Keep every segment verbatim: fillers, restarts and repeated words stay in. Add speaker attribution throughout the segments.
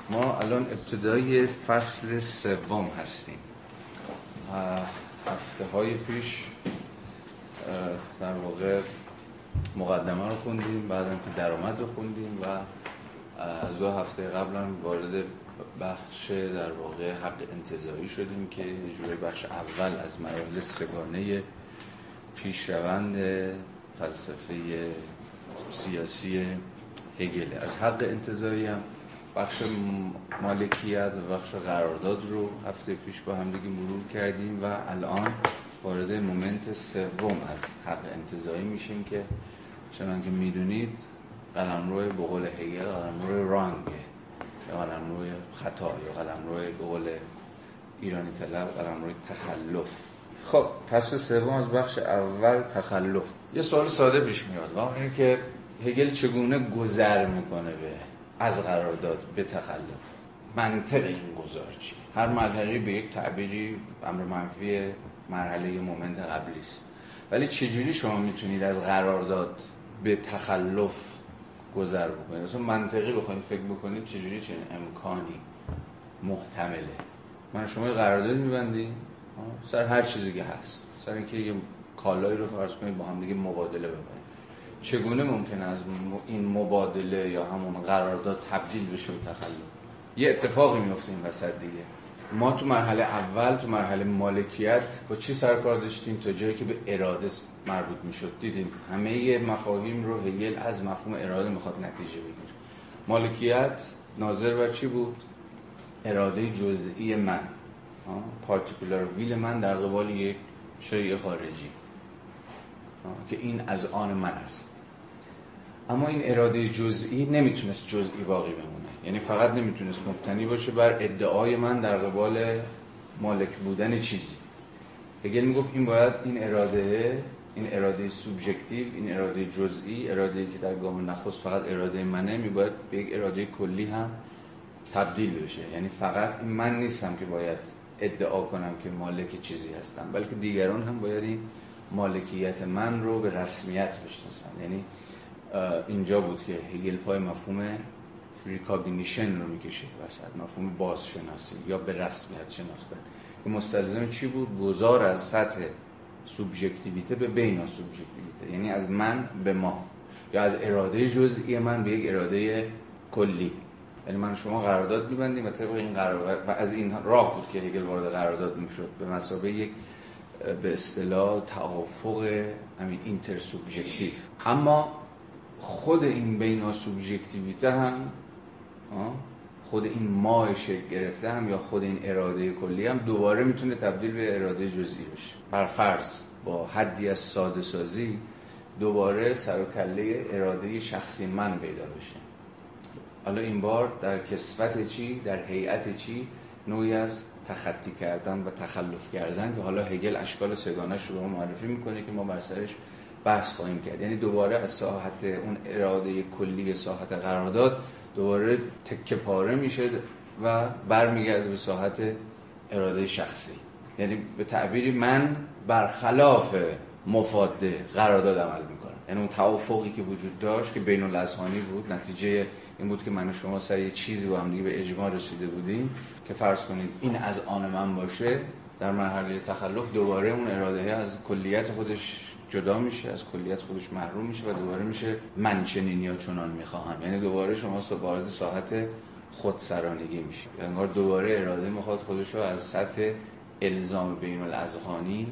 Speaker 1: ما الان ابتدای فصل سوم هستیم. هفته های پیش در واقع مقدمه رو خوندیم، بعدم که درآمد رو خوندیم و از دو هفته قبل هم وارد بخش در واقع حق انتزاعی شدیم که یه جوری بخش اول از مراحل سگانه پیشروند فلسفه سیاسی هگل. از حق انتزاعی هم بخش مالکیت و بخش قرارداد رو هفته پیش با هم دیگه مرور کردیم و الان وارد مومنت سوم از حق انتزاعی میشیم که چنانکه میدونید قلمرو به قول هگل قلمرو رانگ یا قلمرو خطا یا قلمرو به قول ایرانی طلب قلمرو تخلف. خب فصل سوم از بخش اول تخلف. یه سوال ساده پیش میاد و اینه که هگل چگونه گذر میکنه به از قرارداد به تخلف؟ منطق این گذار چیه؟ هر مرحله به یک تعبیری امر منفی مرحله مومنت قبلی است، ولی چجوری شما میتونید از قرارداد به تخلف گذر بکنید؟ اصلا منطقی بخواید فکر بکنید چجوری چنین امکانی محتمله؟ من شما یه قرارداد میبندید سر هر چیزی که هست، سر اینکه یه کالایی رو فرض کنید با هم دیگه مبادله بکنید. چگونه ممکنه از این مبادله یا همون قرارداد تبدیل بشه به تخلف؟ یه اتفاقی میفته این وسط دیگه. ما تو مرحله اول تو مرحله مالکیت با چی سر کار داشتیم تا جایی که به اراده مربوط میشد؟ دیدیم همه مفاهیم رو هگل از مفهوم اراده میخواد نتیجه بگیره. مالکیت ناظر بر چی بود؟ اراده جزئی من، پارتیکولار ویل من در قبال یک شیء خارجی که این از آن من است. اما این اراده جزئی نمیتونست جزئی باقی بمونه، یعنی فقط نمیتونست مبتنی باشه بر ادعای من در قبال مالک بودن چیزی. هگل میگفت این باید این اراده، این اراده سوبژکتیو، این اراده جزئی، اراده‌ای که در گام نخست فقط اراده منه، میباید به یک اراده کلی هم تبدیل بشه. یعنی فقط این من نیستم که باید ادعا کنم که مالک چیزی هستم، بلکه دیگران هم باید این مالکیت من رو به رسمیت بشناسن. یعنی اینجا بود که هگل پای مفهوم ریکاگنیشن رو میکشید وسط، مفهوم بازشناسی یا به رسمیت شناختن، که مستلزم چی بود؟ گذار از سطح سوبژکتیویته به بینا سوبژکتیویته، یعنی از من به ما یا از اراده جزئی من به یک اراده کلی. یعنی من شما قرارداد می‌بندیم و طبق این قرارداد و از این راه بود که هگل وارد قرارداد میشد به مثابه یک به اصطلاح توافق همین اینتر سوبژکتیو. اما خود این بینا سوبژکتیویته هم، خود این ما شکل گرفته هم یا خود این اراده کلی هم دوباره میتونه تبدیل به اراده جزئی بشه. بر فرض با حدی از ساده سازی دوباره سر و کله اراده شخصی من پیدا بشه. حالا این بار در کسوت چی؟ در هیئت چی؟ نوعی از تخطی کردن و تخلف کردن که حالا هگل اشکال سگانه‌اش رو به ما معرفی میکنه که ما بر سرش بحث خواهیم کرد. یعنی دوباره از ساحت اون اراده کلی ساحت قرارداد دوباره تکه پاره میشه و برمیگرده به ساحت اراده شخصی. یعنی به تعبیری من برخلاف مفاد قرارداد عمل میکنم. یعنی اون توافقی که وجود داشت که بین الاذهانی بود، نتیجه این بود که من و شما سر یه چیزی با هم دیگه به اجماع رسیده بودیم که فرض کنید این از آن من باشه. در مرحله تخلف دوباره اون اراده از کلیت خودش جدا میشه، از کلیت خودش محروم میشه و دوباره میشه من چنین یا چنان میخواهم. یعنی دوباره شما وارد ساحت خودسرانگی میشه. انگار دوباره اراده میخواد خودش رو از سطح الزام بین الاذهانی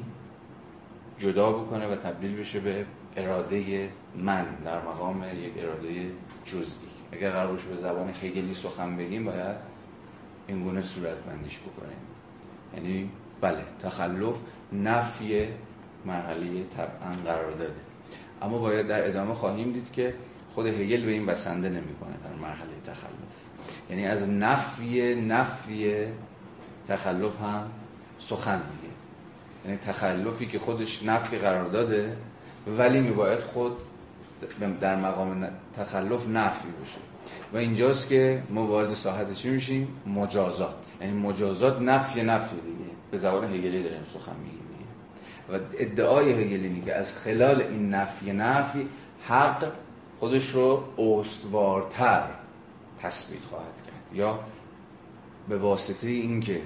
Speaker 1: جدا بکنه و تبدیل بشه به اراده من در مقام یک اراده جزئی. اگر قرار باشه به زبان هگلی سخن بگیم باید این گونه صورت بندیش بکنیم. یعنی بله، تخلف نفی مرحله طبعا قرار داده، اما باید در ادامه خواهیم دید که خود هگل به این بسنده نمیکنه در مرحله تخلف. یعنی از نفی نفی تخلف هم سخن میگه. یعنی تخلفی که خودش نفی قرار داده ولی میباید خود در مقام تخلف نفی بشه و اینجاست که ما وارد ساحت چی میشیم؟ مجازات. یعنی مجازات نفی نفی دیگه، به زبان هگلی داریم سخن میگیم و ادعای هگل اینه که از خلال این نفی نفی حق خودش رو استوارتر تثبیت خواهد کرد یا به واسطه اینکه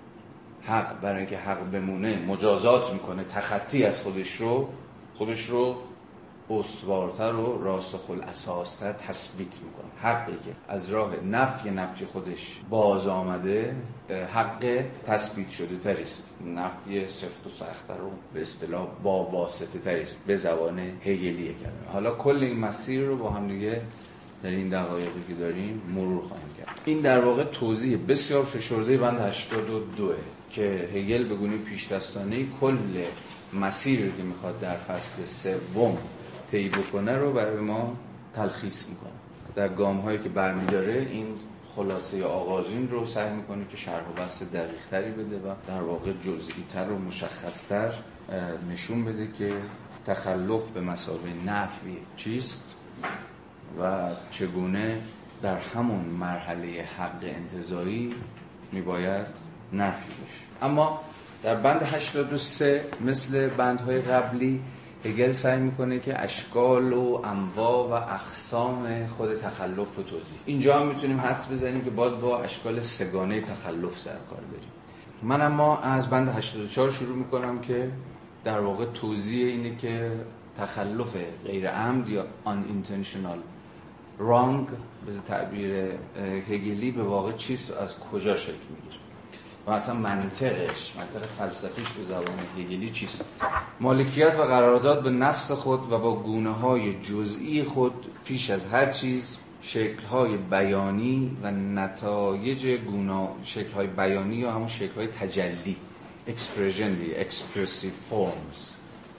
Speaker 1: حق برای اینکه حق بمونه مجازات میکنه، تخطی از خودش رو خودش رو استوارتر و راسخ الاساستر تثبیت میکنه. حقی که از راه نفی نفی خودش باز آمده حق تثبیت شده تریست، نفی سفت و سخت‌تر رو به اصطلاح با واسطه تریست به زبان هگلیه کلمه. حالا کل این مسیر رو با هم دیگه در این دقایقی که داریم مرور خواهیم کرد. این در واقع توضیح بسیار فشرده بند هشتاد و دو که هگل به گونه پیش‌دستانه کل مسیری که میخواد در فصل سوم طی بکنه رو برای ما تلخیص میکنه. در گام‌هایی که برمی‌داره این خلاصه آغازین رو سعی میکنه که شرح و بسط دقیق‌تری بده و در واقع جزئی‌تر و مشخص‌تر نشون بده که تخلف به مثابه نفی چیست و چگونه در همون مرحله حق انتزاعی میباید نفی بشه. اما در بند هشتاد و سه مثل بندهای قبلی هگل سعی میکنه که اشکال و انواع و اقسام خود تخلف رو توضیح. اینجا هم میتونیم حدس بزنیم که باز با اشکال سگانه تخلف سر کار داریم. من اما از بند هشتاد و چهار شروع میکنم که در واقع توضیح اینه که تخلف غیر عمد یا unintentional wrong به تعبیر هگلی به واقع چیست و از کجا شکل میگیره و اصلا منطقش، منطق فلسفیش به زبان هگلی چیست. مالکیت و قرارداد به نفس خود و با گونه‌های جزئی خود پیش از هر چیز شکل‌های بیانی و نتایج گونا شکل‌های بیانی یا همون شکل‌های تجلی expression دی expressive forms.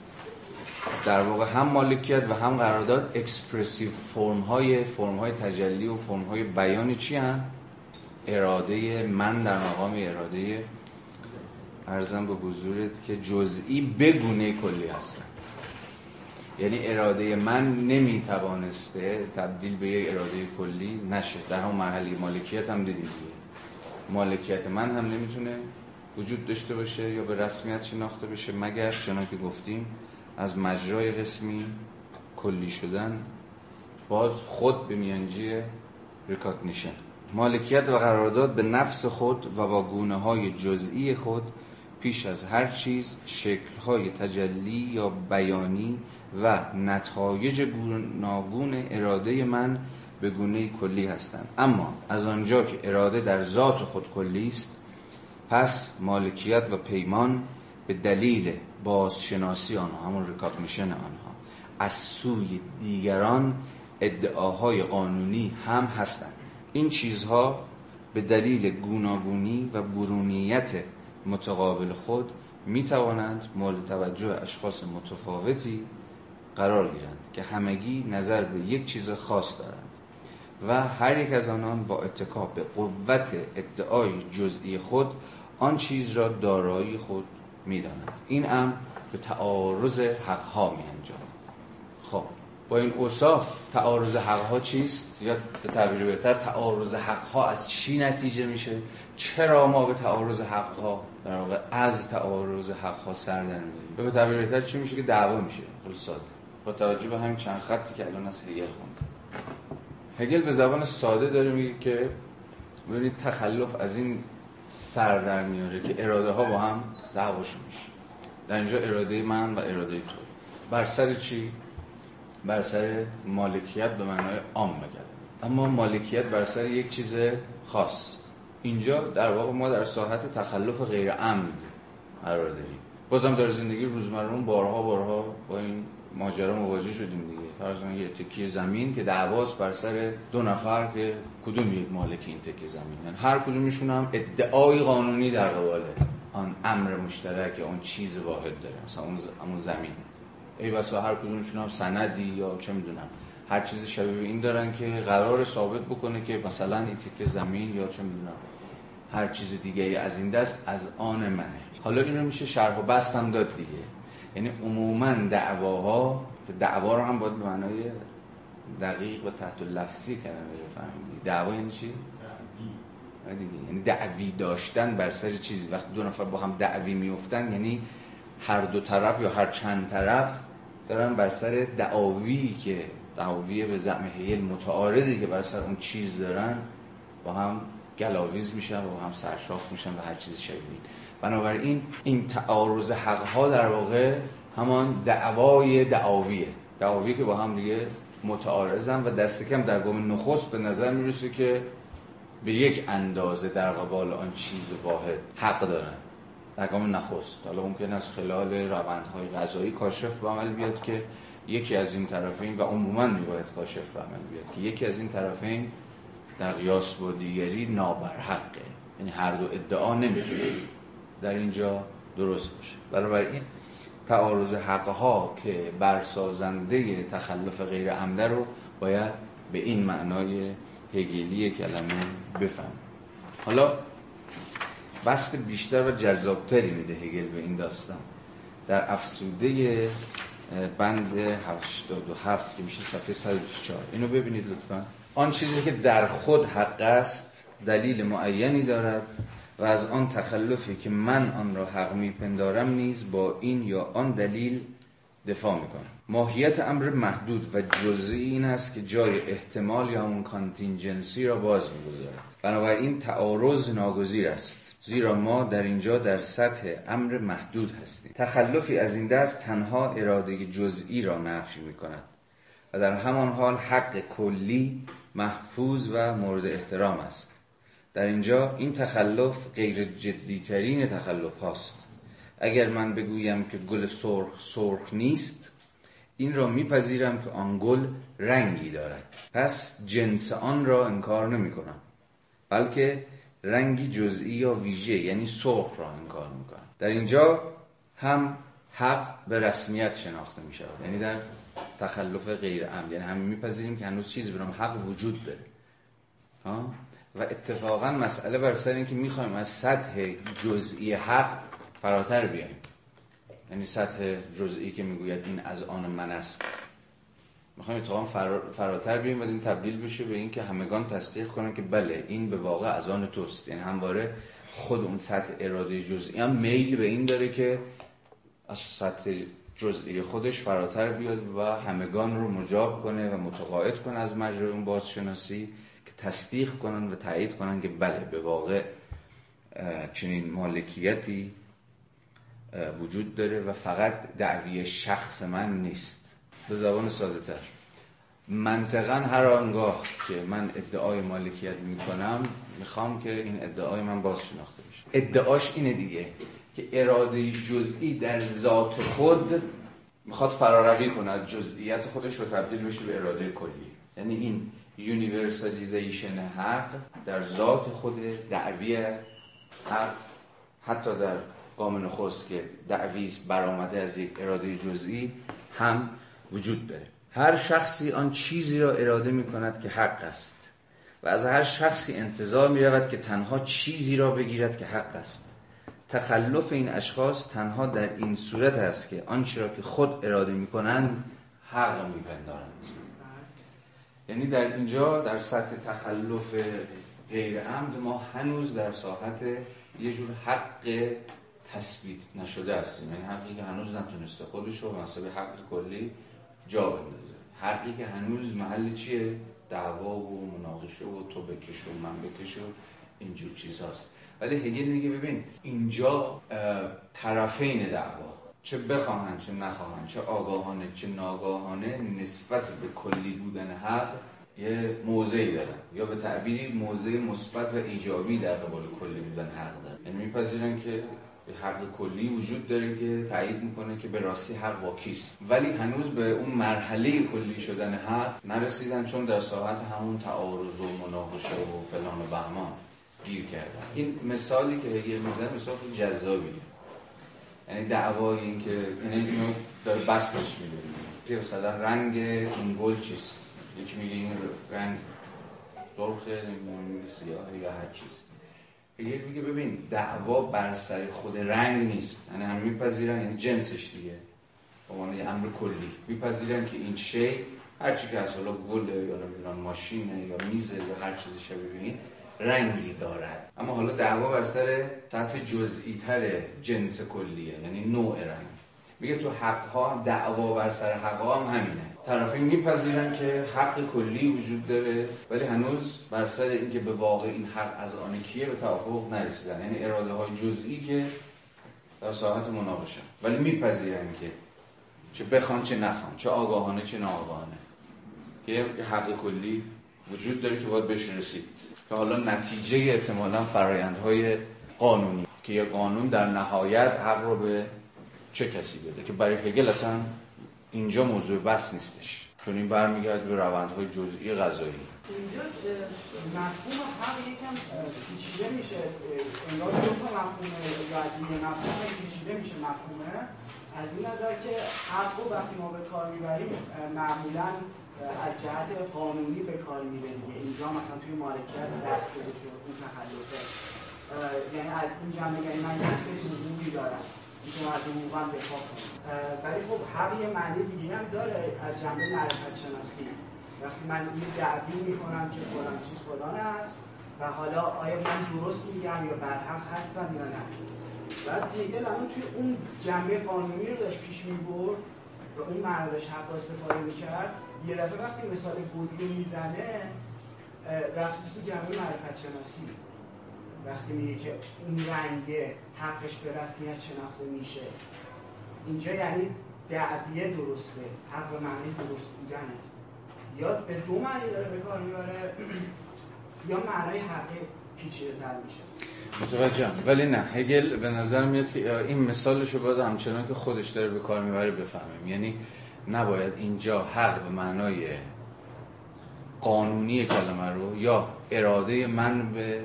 Speaker 1: در واقع هم مالکیت و هم قرارداد اکسپرسیو فرم‌های فرم‌های تجلی و فرم‌های بیانی چی هستند؟ اراده من در مقام اراده عرضم به حضورت که جزئی به گونه کلی هستن. یعنی اراده من نمیتوانسته تبدیل به یک اراده کلی نشه. در همون مرحله مالکیت هم دیدیم دیگه. مالکیت من هم نمیتونه وجود داشته باشه یا به رسمیت شناخته بشه مگر چنانکه که گفتیم از مجرای قسمی کلی شدن باز خود به میانجی ریکاگنیشن. مالکیت و قرارداد به نفس خود و با گونه‌های جزئی خود پیش از هر چیز شکل‌های تجلی یا بیانی و نتایج گوناگون اراده من به گونه کلی هستند. اما از آنجا که اراده در ذات خود کلی است، پس مالکیت و پیمان به دلیل بازشناسی آنها، همون ریکاگنیشن آنها، از سوی دیگران ادعاهای قانونی هم هستند. این چیزها به دلیل گوناگونی و برونیت متقابل خود می توانند مورد توجه اشخاص متفاوتی قرار گیرند که همگی نظر به یک چیز خاص دارند و هر یک از آنان با اتکا به قوت ادعای جزئی خود آن چیز را دارایی خود می دانند. این امر به تعارض حقها می انجامد. خب با این اوصاف تعارض حقها چیست؟ یا به تعبیر بهتر تعارض حقها از چی نتیجه میشه؟ چرا ما به تعارض حقها در واقع از تعارض حقها سر در میاریم؟ به تعبیر بهتر چی میشه که دعوا میشه؟ خیلی ساده. با توجه به همین چند خطی که الان از هگل خوندم. هگل به زبان ساده داره میگه که ببینید تخلف از این سر در میاره که اراده ها با هم دعواشون میشه. در اینجا اراده من و اراده تو. بر سر چی؟ بر سر مالکیت به معنای عام میگه. اما مالکیت بر سر یک چیز خاص. اینجا در واقع ما در ساحت تخلف غیر عمد قرار داریم. بازم در زندگی روزمره‌مون بارها بارها با این ماجرا مواجه شدیم دیگه. فرض کنید یه تکیه زمین که دعواست بر سر دو نفر که کدوم یک مالک این تکیه زمین، یعنی هر کدومشون هم ادعای قانونی در قبال آن امر مشترک یا اون چیز واحد داره، مثلا اون همون زمین. ای بسا هر کدومشون هم سندی یا چه میدونم هر چیز شبیه این دارن که قرار ثابت بکنه که مثلا این تکیه زمین یا چه میدونم هر چیز دیگه از این دست از آن منه. حالا این رو میشه شرح و بسط هم داد دیگه. یعنی عموما دعواها، دعوا رو هم باید به معنای دقیق و تحت لفظی کلمه بفهمید. دعوا یعنی چی؟ دعوی دیگه. یعنی دعوی داشتن بر سر چیزی. وقتی دو نفر با هم دعوی میافتن یعنی هر دو طرف یا هر چند طرف دارن بر سر دعاوی که دعاوی به زعم هگل متعارضی که بر سر اون چیز دارن با هم گلاویز میشن و هم سرشاخ میشن و هر چیزی شبیه این. بنابراین این تعارض حقها در واقع همان دعوای دعاویه، دعاوی که با هم دیگه متعارضن و دست کم در گام نخست به نظر میرسه که به یک اندازه در قبال آن چیز واحد حق دارن در گام نخست. حالا ممکن است خلال روندهای قضایی کاشف به عمل بیاد که یکی از این طرفین و عموما میباید کاشف به عمل بیاد که یکی از این طرفین در قیاس با دیگری نابرحقه، یعنی هر دو ادعا نمیتونه در اینجا درست باشه. بنابراین تعارض حقها که برسازنده تخلف غیر عمده رو باید به این معنای هگلی کلمه بفهم. حالا بسط بیشتر و جذابتری میده هگل به این داستان در افسوده بند هشتاد و هفت که میشه صفحه صد و بیست و چهار. اینو ببینید لطفا. آن چیزی که در خود حق است دلیل معینی دارد و از آن تخلفی که من آن را حق میپندارم نیز با این یا آن دلیل دفاع میکنم. ماهیت امر محدود و جزئی این است که جای احتمال یا همون کانتینجنسی را باز میگذارد. بنابراین تعارض ناگزیر است، زیرا ما در اینجا در سطح امر محدود هستیم. تخلفی از این دست تنها اراده جزئی را نفی میکند و در همان حال حق کلی محفوظ و مورد احترام است. در اینجا این تخلف غیر جدیترین تخلف هاست. اگر من بگویم که گل سرخ سرخ نیست، این را میپذیرم که آن گل رنگی دارد، پس جنس آن را انکار نمی کنم، بلکه رنگی جزئی یا ویژه یعنی سرخ را انکار می کنم. در اینجا هم حق به رسمیت شناخته می شود، یعنی در تخلف غیر عمد، یعنی هم میپذیریم که هنوز چیزی به نام حق وجود داره ها؟ و اتفاقا مسئله بر سر این که میخوایم از سطح جزئی حق فراتر بیاییم، یعنی سطح جزئی که میگوید این از آن من است، میخوایم اتفاقا فراتر بیاییم و این تبدیل بشه به این که همگان تصدیق کنن که بله این به واقع از آن توست. یعنی همواره خود اون سطح اراده جزئی هم میل به این داره که از سطح جزئی خودش فراتر بیاد و همگان رو مجاب کنه و متقاعد کنه از مجرای اون بازشناسی که تصدیق کنن و تایید کنن که بله به واقع چنین مالکیتی وجود داره و فقط دعوی شخص من نیست. به زبان ساده تر، منطقاً هر آنگاه که من ادعای مالکیت میکنم میخوام که این ادعای من باز شناخته بشه. ادعاش اینه دیگه که اراده جزئی در ذات خود میخواد فراروی کنه از جزئیات خودش و تبدیل بشه به اراده کلی. یعنی این یونیورسالیزیشن حق در ذات خود دعوی حق، حتی در گام نخست که دعوی برآمده از یک اراده جزئی هم وجود داره. هر شخصی آن چیزی را اراده میکند که حق است و از هر شخصی انتظار میرود که تنها چیزی را بگیرد که حق است. تخلف این اشخاص تنها در این صورت است که آنچه را که خود اراده میکنند حق میپندارند. یعنی در اینجا در سطح تخلف غیر عمد ما هنوز در ساحت یه جور حق تثبیت نشده هستیم، یعنی حقی که هنوز نتونسته خودش رو مثلا حق کلی جا بندازه، حقی که هنوز محل چیه؟ دعوا و مناقشه و تو بکش و من بکش و اینجور چیزاست. ولی هگل میگه ببین اینجا طرفین دعوا چه بخواهند چه نخواهند، چه آگاهانه چه ناگاهانه، نسبت به کلی بودن حق یه موضعی دارن، یا به تعبیری موضع مثبت و ایجابی در قبال کلی بودن حق دارن. یعنی میپذیرن که حق کلی وجود داره که تایید میکنه که به راستی حق با کیست، ولی هنوز به اون مرحله کلی شدن حق نرسیدن، چون در ساحت همون تعارض و مناقشه و فلان و بهمان گیر کردن. این مثالی که هگل میزنه مثال جذابیه، یعنی دعوای این که یعنی اینو داره بستش میده که مثلا رنگ این گل چیست، یکی میگه این رنگ سرخه، نمیدونم سیاهه یا هر چیز. هگل میگه ببین دعوا بر سر خود رنگ نیست، یعنی هم میپذیرن یعنی جنسش دیگه به معنی یه امر کلی میپذیرن که این شی هر چی که از حالا گله یا نمیدونم ماشینه یا میزه یا هر چیزی شبیه این رنگی دارد. اما حالا دعوا بر سر سطح جزئی تر جنس کلیه، یعنی نوع رنگ. میگه تو حق ها هم دعوا بر سر حق ها هم همینه. طرفین میپذیرن که حق کلی وجود داره ولی هنوز بر سر اینکه به واقع این حق از آن کیه به توافق نرسیدن، یعنی اراده های جزئی که در ساحت مناقشه، ولی میپذیرن که چه بخوان چه نخوان، چه آگاهانه چه ناآگاهانه، که یه حق کلی وجود داره که باید بهش رسید، که حالا نتیجه احتمالاً فرآیندهای قانونی که یه قانون در نهایت حق رو به چه کسی بده، که برای هگل اصلا اینجا موضوع بحث نیستش، چون این برمیگرده به روندهای جزئی قضایی.
Speaker 2: اینجا مفهوم حق یکم پیچیده میشه، انگار دو تا مفهوم ردیه مفهوم پیچیده میشه مفهومه، از این نظر که حق رو وقتی ما به کار میبریم معمولاً از جهت قانونی به کار میره دیگه. اینجا مثلا توی مالکیت رد شده شد اون تخلفه، یعنی از این جمله یعنی من یه سری حقوقی دارم میتونم از حقوقم دفاع کنم، ولی خب حق یه معنی دیگه هم داره از جنبه معرفت شناسی. وقتی من یه دعوی میکنم که فلان چیز فلان است و حالا آیا من درست میگم یا برحق هستم یا نه، بعد هگل الان توی اون جنبه قانونی رو داشت پیش میبرد و اون معنی داشت حق استفاده میکرد، یه دفعه وقتی مثال گودی میزنه رفتی تو جنبه معرفت شناسی، وقتی میگه که اون رنگ حقش به رسمیت شناخته میشه، اینجا یعنی دعویه درسته، حق به معنی درست بودنه، یا به دو معنی داره به کار میبره یا معنای حقی پیچیده تر میشه.
Speaker 1: متوجهم، ولی نه، هگل به نظر میاد که این مثالشو باید همچنان که خودش داره به کار میبره بفهمیم، یعنی نباید اینجا حق به معنای قانونی کلمه رو یا اراده من به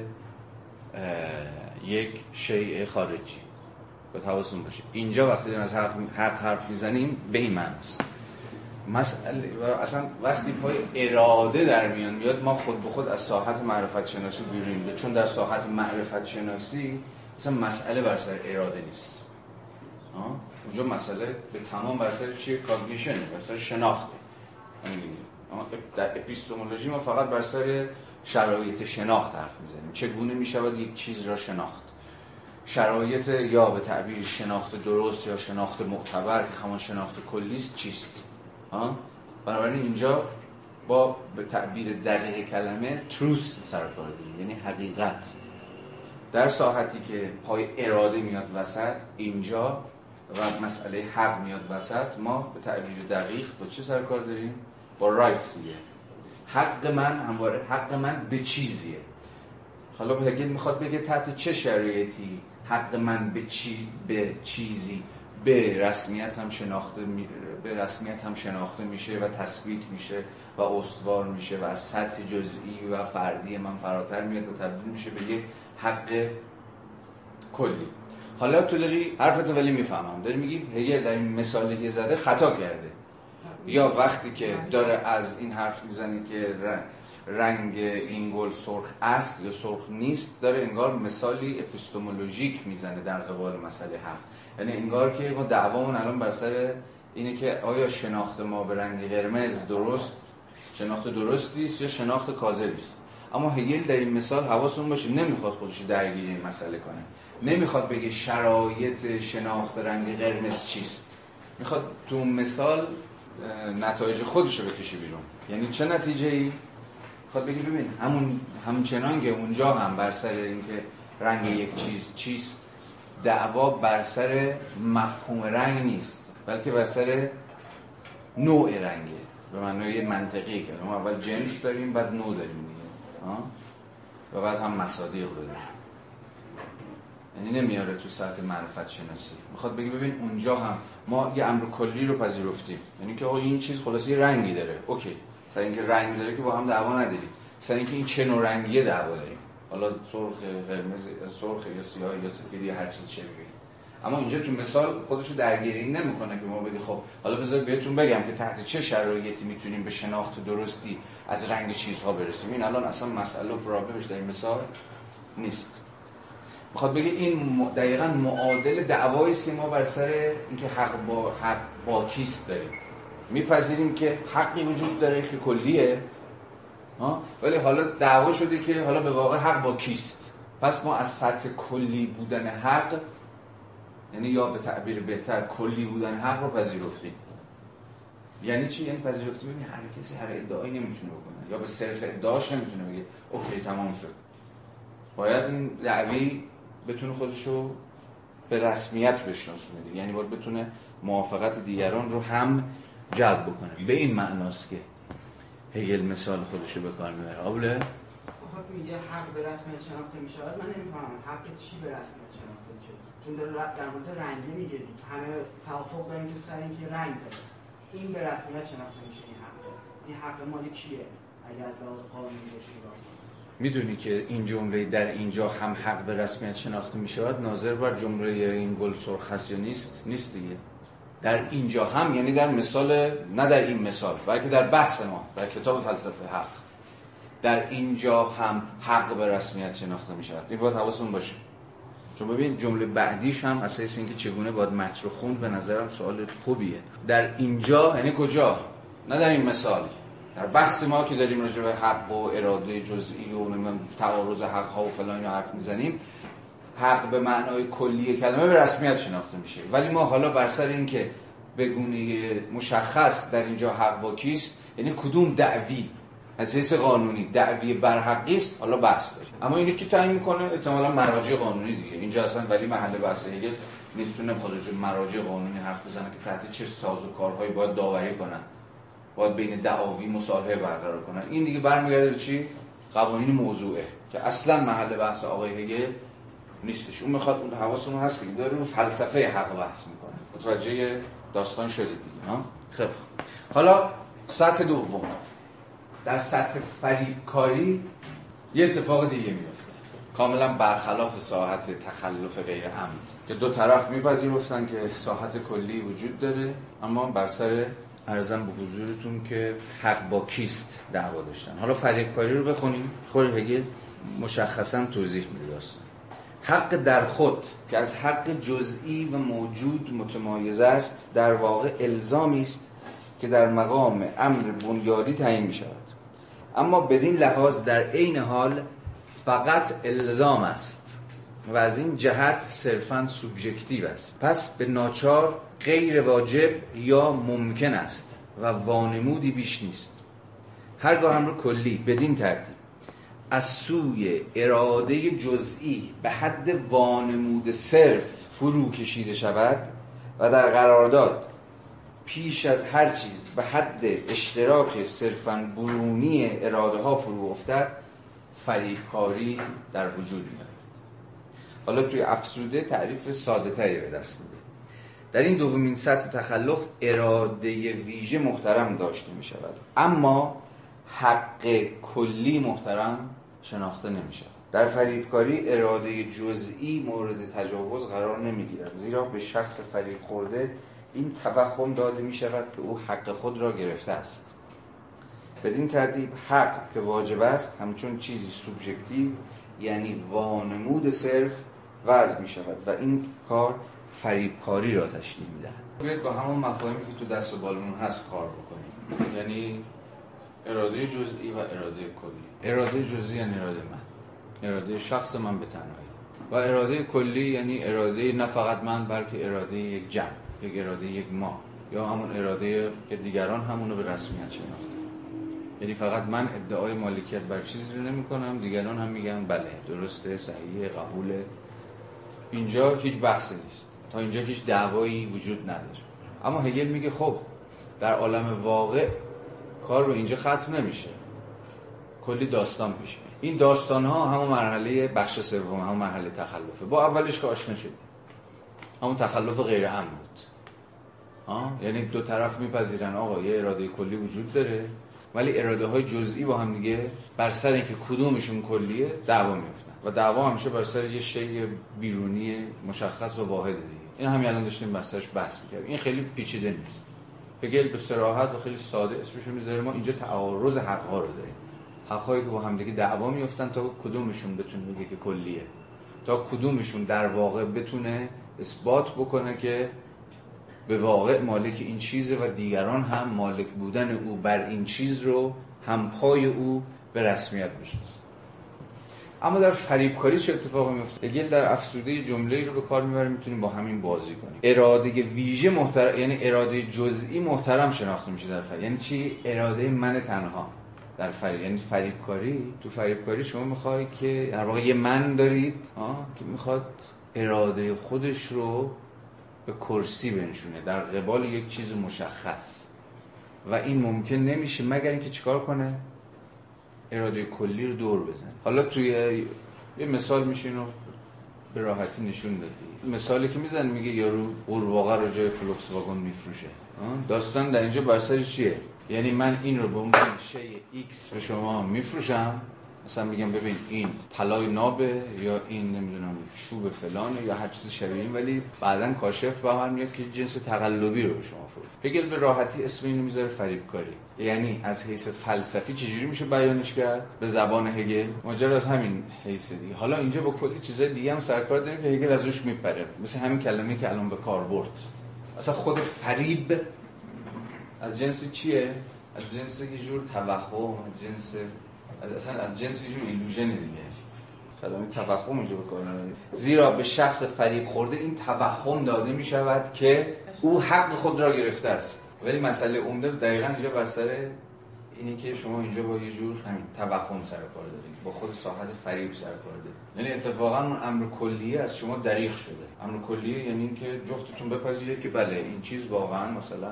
Speaker 1: یک شیء خارجی به حواستون باشه. اینجا وقتی داریم از حق, حق حرف میزنیم به این معنی است. مسئله اصلا وقتی پای اراده در میان میاد ما خود به خود از ساحت معرفت شناسی بیرون میاد، چون در ساحت معرفت شناسی اصلا مسئله بر سر اراده نیست. آه؟ اونجا مسئله به تمام بر سر چیه؟ کاگنیشن، بر سر شناخته. در اپیستمولوژی ما فقط بر سر شرایط شناخت حرف میزنیم. چگونه میشود یک چیز را شناخت؟ شرایط یا به تعبیر شناخت درست یا شناخت معتبر که همان شناخت کلی است چیست؟ ها؟ بنابراین اینجا با به تعبیر دقیق کلمه truth سر کار داریم، یعنی حقیقت. در ساحتی که پای اراده میاد وسط اینجا و مسئله حق میاد وسط، ما به تعبیر دقیق با چه سر کار داریم؟ با رایت دیگه. حق من همواره حق من به چیزیه. حالا هگل میخواد بگه تحت چه شرایطی حق من به چی به چیزی به رسمیت هم شناخته می... به رسمیت هم شناخته میشه و تثبیت میشه و استوار میشه و از سطح جزئی و فردی من فراتر میاد و تبدیل میشه به یک حق کلی. حالا تو داری حرفتو ولی میفهمم، داری میگی هگل در این مثالی که زده خطا کرده، یا وقتی که داره از این حرف میزنه که رنگ این گل سرخ است یا سرخ نیست، داره انگار مثالی اپیستمولوژیک میزنه در قبال مسئله حق. یعنی انگار که ما دعوامون الان بر سر اینه که آیا شناخت ما به رنگ قرمز درست شناخت درستی است یا شناخت کاذبی است. اما هگل در این مثال حواسون باشه نمیخواد خودش درگیر این مسئله کنه، نمیخواد بگه شرایط شناخت رنگ قرمز چیست، میخواد تو مثال نتایج خودش رو بکشه بیرون. یعنی چه نتیجه‌ای؟ میخواد بگه ببین همون همچنان که اونجا هم بر سر اینکه رنگ یک چیز چیست دعوا بر سر مفهوم رنگ نیست، بلکه بر سر نوع رنگه، به معنای منطقی که ما اول جنس داریم بعد نوع داریم دیگه، و بعد هم مصادیق رو داریم. یعنی نمیاره تو سطح معرفت شناسی. میخواد بگه ببین اونجا هم ما یه امر کلی رو پذیرفتیم، یعنی که آقا این چیز خلاصه یه رنگی داره، اوکی، سر اینکه رنگ داره که با هم دعوا نداریم، سر اینکه این چه نوع رنگیه دعوا داریم، حالا سرخ قرمز سرخ یا سیاه یا سفید یا هر چیز چه بگید. اما اینجا تو مثال خودشو درگیری نمیکنه که ما بگیم خب حالا بذار بهتون بگم که تحت چه شرایطی میتونیم به شناخت درستی از رنگ چیزها برسیم. این الان اصلا مسئله و پرابلمش در این مثال نیست. میخواد بگه این دقیقاً معادل دعوایی است که ما بر سر اینکه حق با حق با کیست داریم. میپذیریم که حقی وجود داره که کلیه، ها، ولی حالا دعوا شده که حالا به واقع حق با کیست. پس ما از سطح کلی بودن حق یعنی یا به تعبیر بهتر کلی بودن حق رو پذیرفتیم. یعنی چی؟ یعنی پذیرفتیم یعنی هر کسی هر ادعایی نمیتونه بکنه یا به صرف ادعاش نمیتونه بگه اوکی تمام شد. باید این دعوی بتونه خودشو به رسمیت بشناسونه، یعنی باید بتونه موافقت دیگران رو هم جلب بکنه. به این معناست که هگل مثال خودشو به کار میبره. قبوله؟
Speaker 2: خب میگه حق به رسمیت شناخته میشه. من نمیفهمم حق چی به رسمیت شناخته میشه؟ چون در در مورد رنگی میگه همه توافق داریم که سر اینکه رنگ داره. این به رسمیت شناخته میشه این حق. این حق مال کیه؟ اگه از لحاظ قانونی بشه
Speaker 1: میدونی که این جمله در اینجا هم حق به رسمیت شناخته میشود ناظر بر جمله این گل سرخ هست یا نیست؟ نیست دیگه. در اینجا هم یعنی در مثال، نه در این مثال بلکه در بحث ما در کتاب فلسفه حق، در اینجا هم حق به رسمیت شناخته میشود. این باید حواستون باشه، چون ببین جمله بعدیش هم اساس اینکه چگونه باید متن رو خوند به نظرم سوال خوبیه. در اینجا یعنی کجا؟ نه در این مثال. در بحث ما که داریم راجع به حق و اراده جزئی و نمیدونم تعارض حق ها و فلان اینا حرف میزنیم، حق به معنای کلی کلمه به رسمیت شناخته میشه. ولی ما حالا بر سر این که به گونه مشخص در اینجا حق با کیست، یعنی کدوم دعوی از حیث قانونی دعوی برحقی است، حالا بحث داریم. اما اینو کی تعیین میکنه؟ احتمالاً مراجع قانونی دیگه. اینجا اصلا ولی محل بحث هگل نیست. نمیخواد راجع به مراجع قانونی حرف بزنه که تحت چه سازوکارهایی باید داوری کنن، باید بین دعاوی مصالحه برقرار کنن. این دیگه برمیگرده به چی؟ قوانین موضوعه که اصلا محل بحث آقای هگل نیستش. اون میخواد اون حواسمون هست که داره رو فلسفه حق بحث میکنه. متوجه داستان شدید دیگه ها؟ خیلی خوب. حالا سطح دوم، در سطح فریبکاری یه اتفاق دیگه میفته کاملا برخلاف ساحت تخلف غیر عمد که دو طرف میپذیرفتن که ساحت کلی وجود داره، اما بر سر عرضم به حضورتون که حق با کیست دعوا داشتن. حالا فریبکاری رو بخونیم. خود هگل مشخصا توضیح میده داستان. حق در خود که از حق جزئی و موجود متمایز است در واقع الزامی است که در مقام امر بنیادی تعیین می شود، اما بدین لحاظ در عین حال فقط الزام است و از این جهت صرفاً سوبژکتیو است. پس به ناچار غیر واجب یا ممکن است و وانمودی بیش نیست. هرگاه امر کلی بدین ترتیب از سوی اراده جزئی به حد وانمود صرف فرو کشیده شود و در قرارداد پیش از هر چیز به حد اشتراک صرفاً برونی اراده ها فرو افتد، فریبکاری در وجود میاد. حالا توی افسوده تعریف ساده تری به دست میده. در این دومین سطح تخلف اراده ویژه محترم داشته می شود، اما حق کلی محترم شناخته نمی شود. در فریبکاری اراده جزئی مورد تجاوز قرار نمی گیرد، زیرا به شخص فریب خورده این توهم داده می شود که او حق خود را گرفته است. بدین ترتیب حق که واجب است همچون چیزی سوبژکتیو یعنی وانمود صرف وضع می شود و این کار فریبکاری را تشکیل می دهد. باید با همون مفاهیمی که تو دست و بالمون هست کار بکنیم، یعنی اراده جزئی و اراده کلی. اراده جزئی یعنی اراده من، اراده شخص من به تنهایی، و اراده کلی یعنی اراده نه فقط من بلکه اراده یک جمع، یک اراده یک ما، یا همون اراده که دیگران همونو به رسمیت شناختن. یعنی فقط من ادعای مالکیت بر چیزی رو نمی کنم، دیگران هم میگن بله درسته، صحیحه، قبوله. اینجا هیچ بحثی نیست، تا اینجا هیچ دعوایی وجود نداره. اما هگل میگه خب در عالم واقع کار رو اینجا ختم نمیشه، کلی داستان پیش میاد. این داستان ها همون مرحله بخش سوم، همون مرحله تخلفه. با اولش که آشنا شدیم، همون تخلف غیر عمد بود. آه؟ یعنی دو طرف میپذیرن آقا یه اراده کلی وجود داره، ولی اراده های جزئی با هم دیگه بر سر اینکه کدومشون کلیه دعوا میفتن، و دعوا همیشه بر سر یه شیء بیرونی مشخص و واحد دیگه. این همین الان داشتیم بحثش بحث می‌کردیم. این خیلی پیچیده نیست. هگل به صراحت و خیلی ساده اسمش رو میذاره. ما اینجا تعارض حق‌ها رو داریم، حق‌هایی که با هم دیگه دعوا میفتن تا کدومشون بتونه بگه که کلیه، تا کدومشون در واقع بتونه اثبات بکنه که به واقع مالک این چیزه و دیگران هم مالک بودن او بر این چیز رو همپای او به رسمیت میشناسن. اما در فریبکاری چه اتفاقی میفته؟ هگل در افسوده جمله‌ای رو به کار میبره میتونیم با همین بازی کنیم. اراده ویژه محترم، یعنی اراده جزئی محترم شناخته میشه در فریب. یعنی چی؟ اراده من تنها در فریب. یعنی فریبکاری، تو فریبکاری شما میخوای که در واقع یه من دارید آه که میخواد اراده خودش رو به کرسی بنشونه در قبال یک چیز مشخص و این ممکن نمیشه مگر اینکه چیکار کنه؟ اراده کلی رو دور بزنه. حالا توی یه مثال میشه اینو به راحتی نشون دادی. مثالی که میزنه میگه یارو قورباغه رو جای فلوکس واگن میفروشه. داستان در اینجا بر سر چیه؟ یعنی من این رو به عنوان شی ایکس به شما میفروشم، مثلا میگم ببین این طلای نابه یا این نمیدونم چوب فلانه یا هر چیز شبیه این، ولی بعدن کاشف با من میاد که جنس تقلبی رو به شما فروشه. هگل به راحتی اسم اینو میذاره فریبکاری. یعنی از حیث فلسفی چجوری میشه بیانش کرد به زبان هگل؟ ماجرا از همین حیث دیگه. حالا اینجا با کلی چیزای دیگه هم سرکار داریم که هگل از روش میپره، مثل همین کلمه‌ای که الان به کار برد. اصلا خود فریب از جنس چیه؟ از جنس یه جور توهم، از جنس اصلا از جنس یه جور ایلوژن دیگه. کلمه توهم اینجا به کار نمیاد. زیرا به شخص فریب خورده این توهم داده می شود که او حق خود را گرفته است. ولی مسئله عمده دقیقاً اینجا بر سر اینی که شما اینجا با یه جور همین توهم سر کار دارید، با خود ساحت فریب سر کار دارید. یعنی اتفاقاً اون امر کلیه از شما دریغ شده. امر کلیه یعنی این که جفتتون بپذیرید که بله این چیز واقعاً مثلا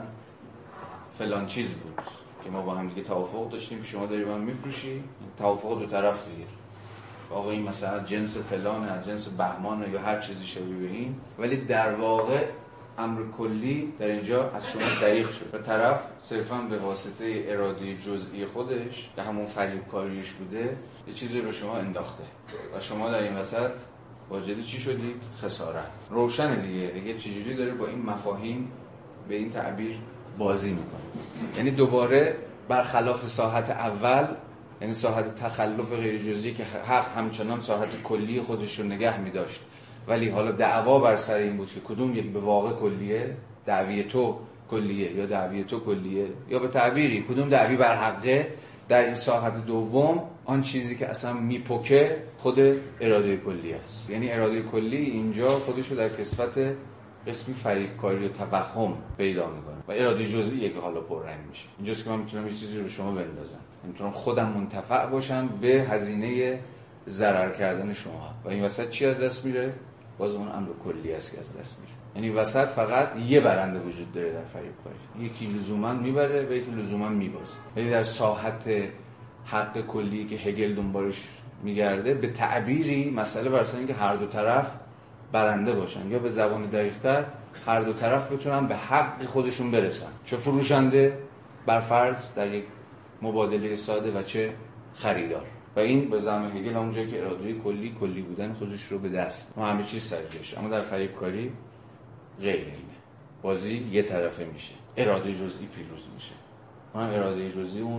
Speaker 1: فلان چیز بود که ما با هم دیگه توافق داشتیم که شما داری من میفروشی، توافق دو طرف دیگه. آقا این مثلا جنس فلانه، از جنس بهمانه یا هر چیزی شبیه به این، ولی در واقع امر کلی در اینجا از شما دریغ شد و طرف صرفاً به واسطه اراده جزئی خودش که همون فریبکاریش بوده یه چیزی به شما انداخته و شما در این وسط واجد چی شدید؟ خسارت. روشن دیگه دیگه چجوری داره با این مفاهیم به این تعبیر بازی میکنه. یعنی دوباره برخلاف ساحت اول، یعنی ساحت تخلف غیر جزئی که حق همچنان ساحت کلی خودش رو نگه می‌داشت، ولی حالا دعوا بر سر این بود که کدوم یک به واقع کلیه، دعوی تو کلیه یا دعوی تو کلیه، یا به تعبیری کدوم دعوی بر حقه. در این ساحت دوم آن چیزی که اصلا میپکه خود اراده کلی است. یعنی اراده کلی اینجا خودش رو در کسوت قسمی فریبکاری و توهم پیدا میکنه و اراده جزئیه که حالا پررنگ میشه. اینجاست که من میتونم یه چیزی رو به شما بندازم، میتونم خودم منتفع باشم به هزینه ضرر کردن شما و این وسط چی از دست میره؟ باز اون امر کلی است که از دست میره. یعنی وسط فقط یه برنده وجود داره در فریبکاری، یکی لزوما میبره و یکی لزوما میبازه. یعنی در ساحت حق کلی که هگل دنبالش میگرده به تعبیری مسئله بر اساس اینکه هر دو طرف برنده باشن، یا به زبان دقیق‌تر هر دو طرف بتونن به حق خودشون برسن، چه فروشنده بر فرض در یک مبادله ساده و چه خریدار. و این به زعم هگل اونجایی که اراده کلی کلی بودن خودش رو به دست ما همه چیز سرجاشه. اما در فریبکاری غیر اینه، بازی یه طرفه میشه، اراده جزئی پیروز میشه. اونم اراده جزئی اون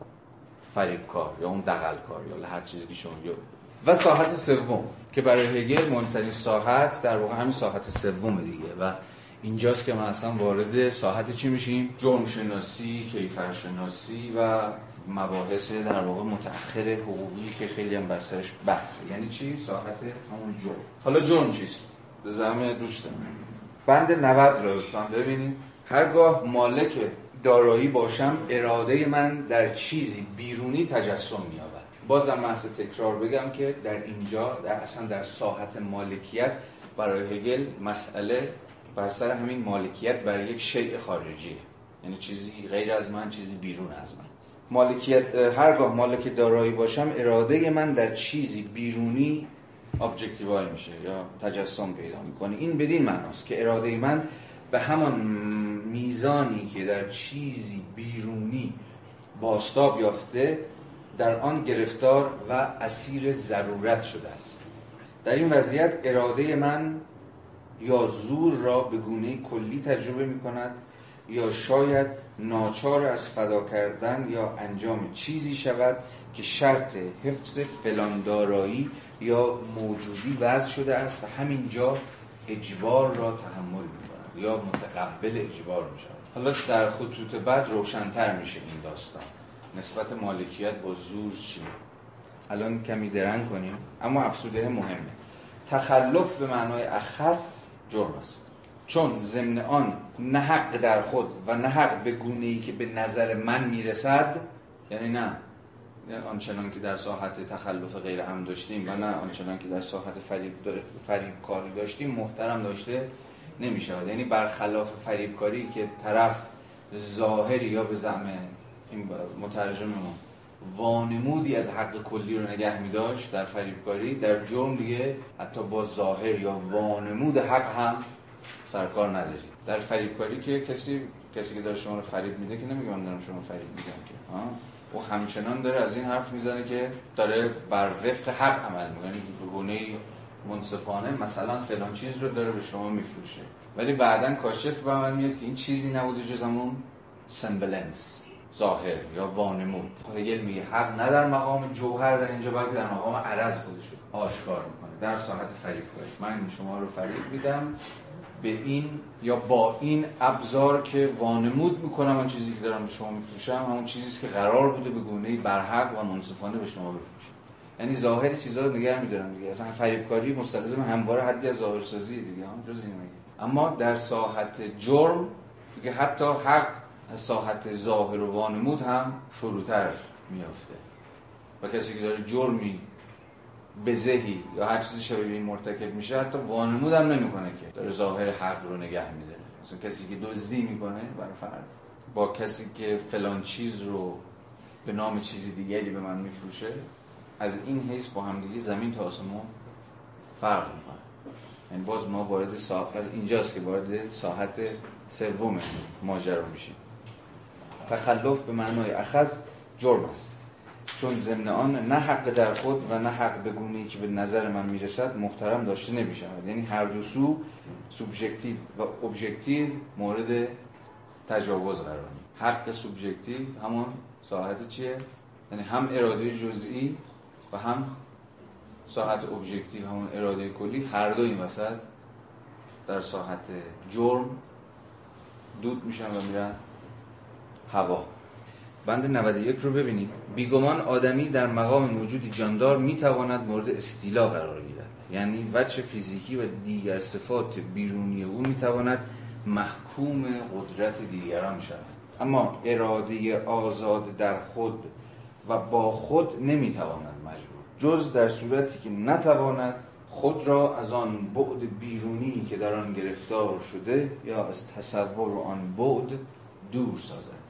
Speaker 1: فریبکار یا اون دغل‌کار یا هر چیزی که شما یا و ساحت سوم که برای هگل مهمترین ساحت در واقع همین ساحت سوم دیگه و اینجاست که ما اصلا وارد ساحت چی میشیم؟ جرم شناسی، کیفر شناسی و مباحث در واقع متأخر حقوقی که خیلی هم بر سرش بحثه. یعنی چی؟ ساحت همون جرم. حالا جرم چیست؟ به زعم دوستم بند نود رو لطفاً ببینید. هرگاه مالک دارایی باشم اراده من در چیزی بیرونی تجسم می‌یابد. بازم محض تکرار بگم که در اینجا در اصلا در ساحت مالکیت برای هگل مسئله بر سر همین مالکیت بر یک شیء خارجیه، یعنی چیزی غیر از من، چیزی بیرون از من. مالکیت هرگاه مالک دارایی باشم اراده من در چیزی بیرونی ابجکتیوال میشه یا تجسم پیدا میکنه. این بدین معناست که اراده من به همان میزانی که در چیزی بیرونی بازتاب یافته در آن گرفتار و اسیر ضرورت شده است. در این وضعیت اراده من یا زور را به گونه کلی تجربه می کند یا شاید ناچار از فدا کردن یا انجام چیزی شود که شرط حفظ فلان دارایی یا موجودی وضع شده است و همین جا اجبار را تحمل می کند یا متقبل اجبار می شود. حالا در خطوط بعد روشن‌تر میشه این داستان. نسبت مالکیت با زور چی؟ الان کمی درنگ کنیم، اما افسوده مهمه. تخلف به معنای اخص جرم است، چون ضمن آن نه حق در خود و نه حق به گونه‌ای که به نظر من میرسد، یعنی نه یعنی آنچنان که در ساحت تخلف غیر عمد داشتیم و نه آنچنان که در ساحت فریب فریب کاری داشتیم محترم داشته نمی شود. یعنی برخلاف فریب کاری که طرف ظاهری یا به زعم این مترجم ما وانمودی از حق کلی رو نگه می داشت، در فریب کاری در جرم دیگه حتی با ظاهر یا وانمود حق هم سرکار ندارید. در فریب کاری که کسی کسی که داره شما رو فریب میده که نمیگه من دارم شما فریب میدم که ها، او همچنان داره از این حرف میزنه که داره بر وفق حق عمل میکنه، یعنی به گونه‌ای منصفانه مثلا فلان چیز رو داره به شما میفروشه، ولی بعداً کاشف به عمل میاد که این چیزی نبوده جز همون سمبلنس، ظاهر یا وانمود. هگل میگه حق نه در مقام جوهر در اینجا بلکه در مقام عرض خودش رو آشکار میکنه در ساحت فریب کاری. من شما رو فریب میدم به این یا با این ابزار که وانمود میکنم آن چیزی که دارم به شما میفروشم همون چیزیست که قرار بوده به گونه‌ای برحق و منصفانه به شما بفروشم. یعنی ظاهر چیزا رو نگه می‌دارم دیگه. اصلا فریبکاری مستلزم همواره حدی از ظاهرسازی دیگه، هم جز این میگه. اما در ساحت جرم دیگه حتی حق از ساحت ظاهر و وانمود هم فروتر میافته و کسی که داره جرمی بزهی یا هر چیزی شبیه این مرتکب میشه حتی وانمود هم نمیکنه که داره ظاهر حق رو نگه میداره. مثلا کسی که دزدی میکنه برای فرض با کسی که فلان چیز رو به نام چیزی دیگری به من میفروشه، از این حیث با هم دیگه زمین تا آسمون فرق میکنه. یعنی باز ما وارد ساحت از اینجاست که وارد ساحت سوم ماجرا میشیم. تخلف به معنای اخذ جرم است، چون ضمن آن نه حق در خود و نه حق به گونه‌ای که به نظر من میرسد محترم داشته نمیشود. یعنی هر دو سو سوبژکتیو و ابژکتیو مورد تجاوز قرار می‌گیرد. حق سوبژکتیو همون ساحت چیه؟ یعنی هم اراده جزئی و هم ساحت ابژکتیو همون اراده کلی، هر دو این وسط در ساحت جرم دود میشن و میرن هوا. بند نود و یک رو ببینید. بیگمان آدمی در مقام موجودی جاندار میتواند مورد استیلا قرار گیرد، یعنی وجه فیزیکی و دیگر صفات بیرونی او میتواند محکوم قدرت دیگران شود، اما اراده آزاد در خود و با خود نمیتواند مجبور، جز در صورتی که نتواند خود را از آن بعد بیرونی که در آن گرفتار شده یا از تصور آن بعد دور سازد.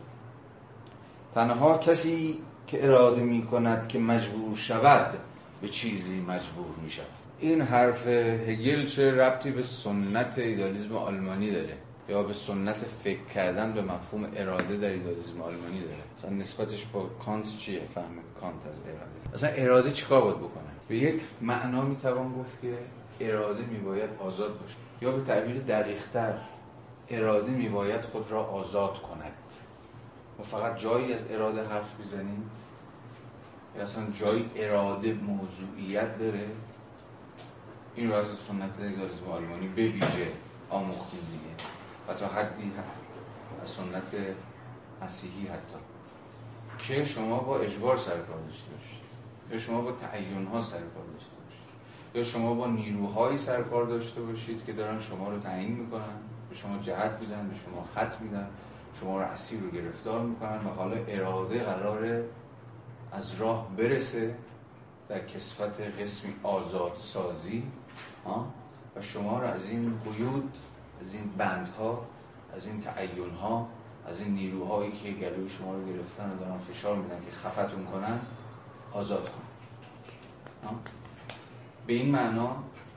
Speaker 1: تنها کسی که اراده می کند که مجبور شود به چیزی مجبور می شود. این حرف هگل چه ربطی به سنت ایدالیسم آلمانی داره یا به سنت فکر کردن به مفهوم اراده در ایدالیسم آلمانی داره؟ مثلا نسبتش با کانت چیه؟ فهم کانت از اراده. مثلا اراده چیکار باید بکنه؟ به یک معنا می توان گفت که اراده می باید آزاد باشه، یا به تعبیر دقیق‌تر اراده می باید خود را آزاد کند. ما فقط جایی از اراده حرف میزنیم یا اصلا جایی اراده موضوعیت داره؟ این رو از سنت ایدالیسم آلمانی به ویژه آموختیم دیگه و تا حدی از سنت مسیحی حتی، که شما با اجبار سرکار داشته باشید یا شما با تعیین‌ها سرکار داشته باشید یا شما با نیروهایی سرکار داشته باشید که دارن شما رو تعیین میکنن، به شما جهت میدن، به شما خط میدن، شما رو اسیر رو گرفتار میکنن و حالا اراده قراره از راه برسه در کسفت قسمی آزادسازی و شما رو از این قیود، از این بندها، از این تعیینها، از این نیروهایی که گلوی شما رو گرفتن و دارن فشار میدن که خفتون کنن آزاد کنن. به این معنا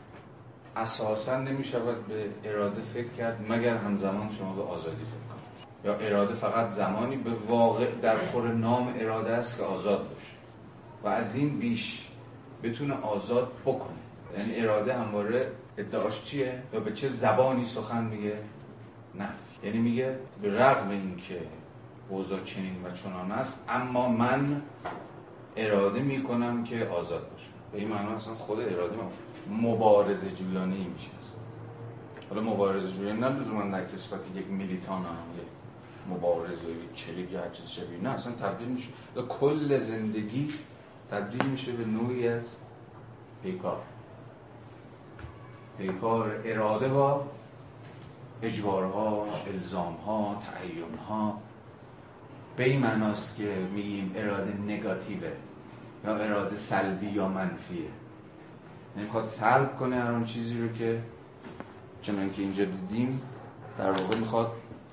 Speaker 1: اساساً نمیشود به اراده فکر کرد مگر همزمان شما به آزادی فکر کنید، یا اراده فقط زمانی به واقع در خور نام اراده است که آزاد باشه و از این بیش بتونه آزاد بکنه. یعنی اراده همواره ادعاش چیه؟ یا به چه زبانی سخن میگه؟ نفی. یعنی میگه به رغم این که اوضاع چنین و چنان است اما من اراده میکنم که آزاد باشم. به این معنی اصلا خود اراده مبارزه جویانه ای میشه. حالا مبارزه جویانه نه لزوما در کسفت یک میلیتان هم یک مبارزه یا یک چریک یا هر چیز شبیه، نه اصلا تبدیل میشه کل زندگی تبدیل میشه به نوعی از پیکار پیکار اراده با اجبارها، الزامها، تعیینها. به این معناست که میگیم اراده نگاتیوه یا اراده سلبی یا منفیه، یعنی میخواد سلب کنه هر اون چیزی رو که چنان که اینجا دیدیم در واقع میخواد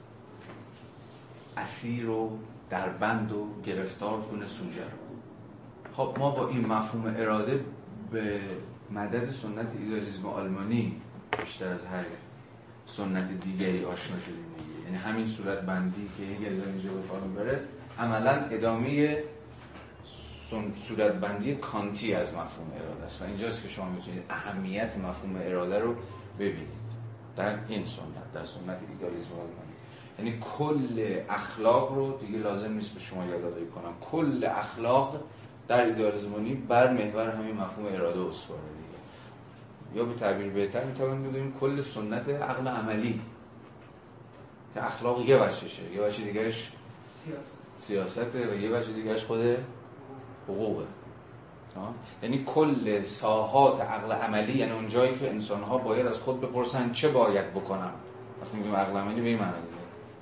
Speaker 1: اسیر و دربند و گرفتار کنه سوژه رو. خب ما با این مفهوم اراده به مدد سنت ایدئالیسم آلمانی بیشتر از هر سنت دیگری آشنا شدیم دیگه. یعنی همین صورت بندی که هگل اینجا به کار میبره عملاً ادامه صورت بندی کانتی از مفهوم اراده است و اینجاست که شما میتونید اهمیت مفهوم اراده رو ببینید در این سنت، در سنت ایدئالیسم آلمانی. یعنی کل اخلاق رو دیگه لازم نیست به شما یادآوری کنم، کل اخلاق در ایدئالیسم آلمانی بر محور همین مفهوم اراده استواره دیگه. یا به تعبیر بهتر میتونیم بگیم کل سنت عقل عملی که اخلاق یه بچشه، یه بچه دیگرش سیاست. سیاسته و یه بچه دیگرش خود حقوقه. یعنی کل ساحات عقل عملی، یعنی اون جایی که انسان‌ها باید از خود بپرسن چه باید بکنم. وقتی میگیم عقل عملی به این معنی دیگه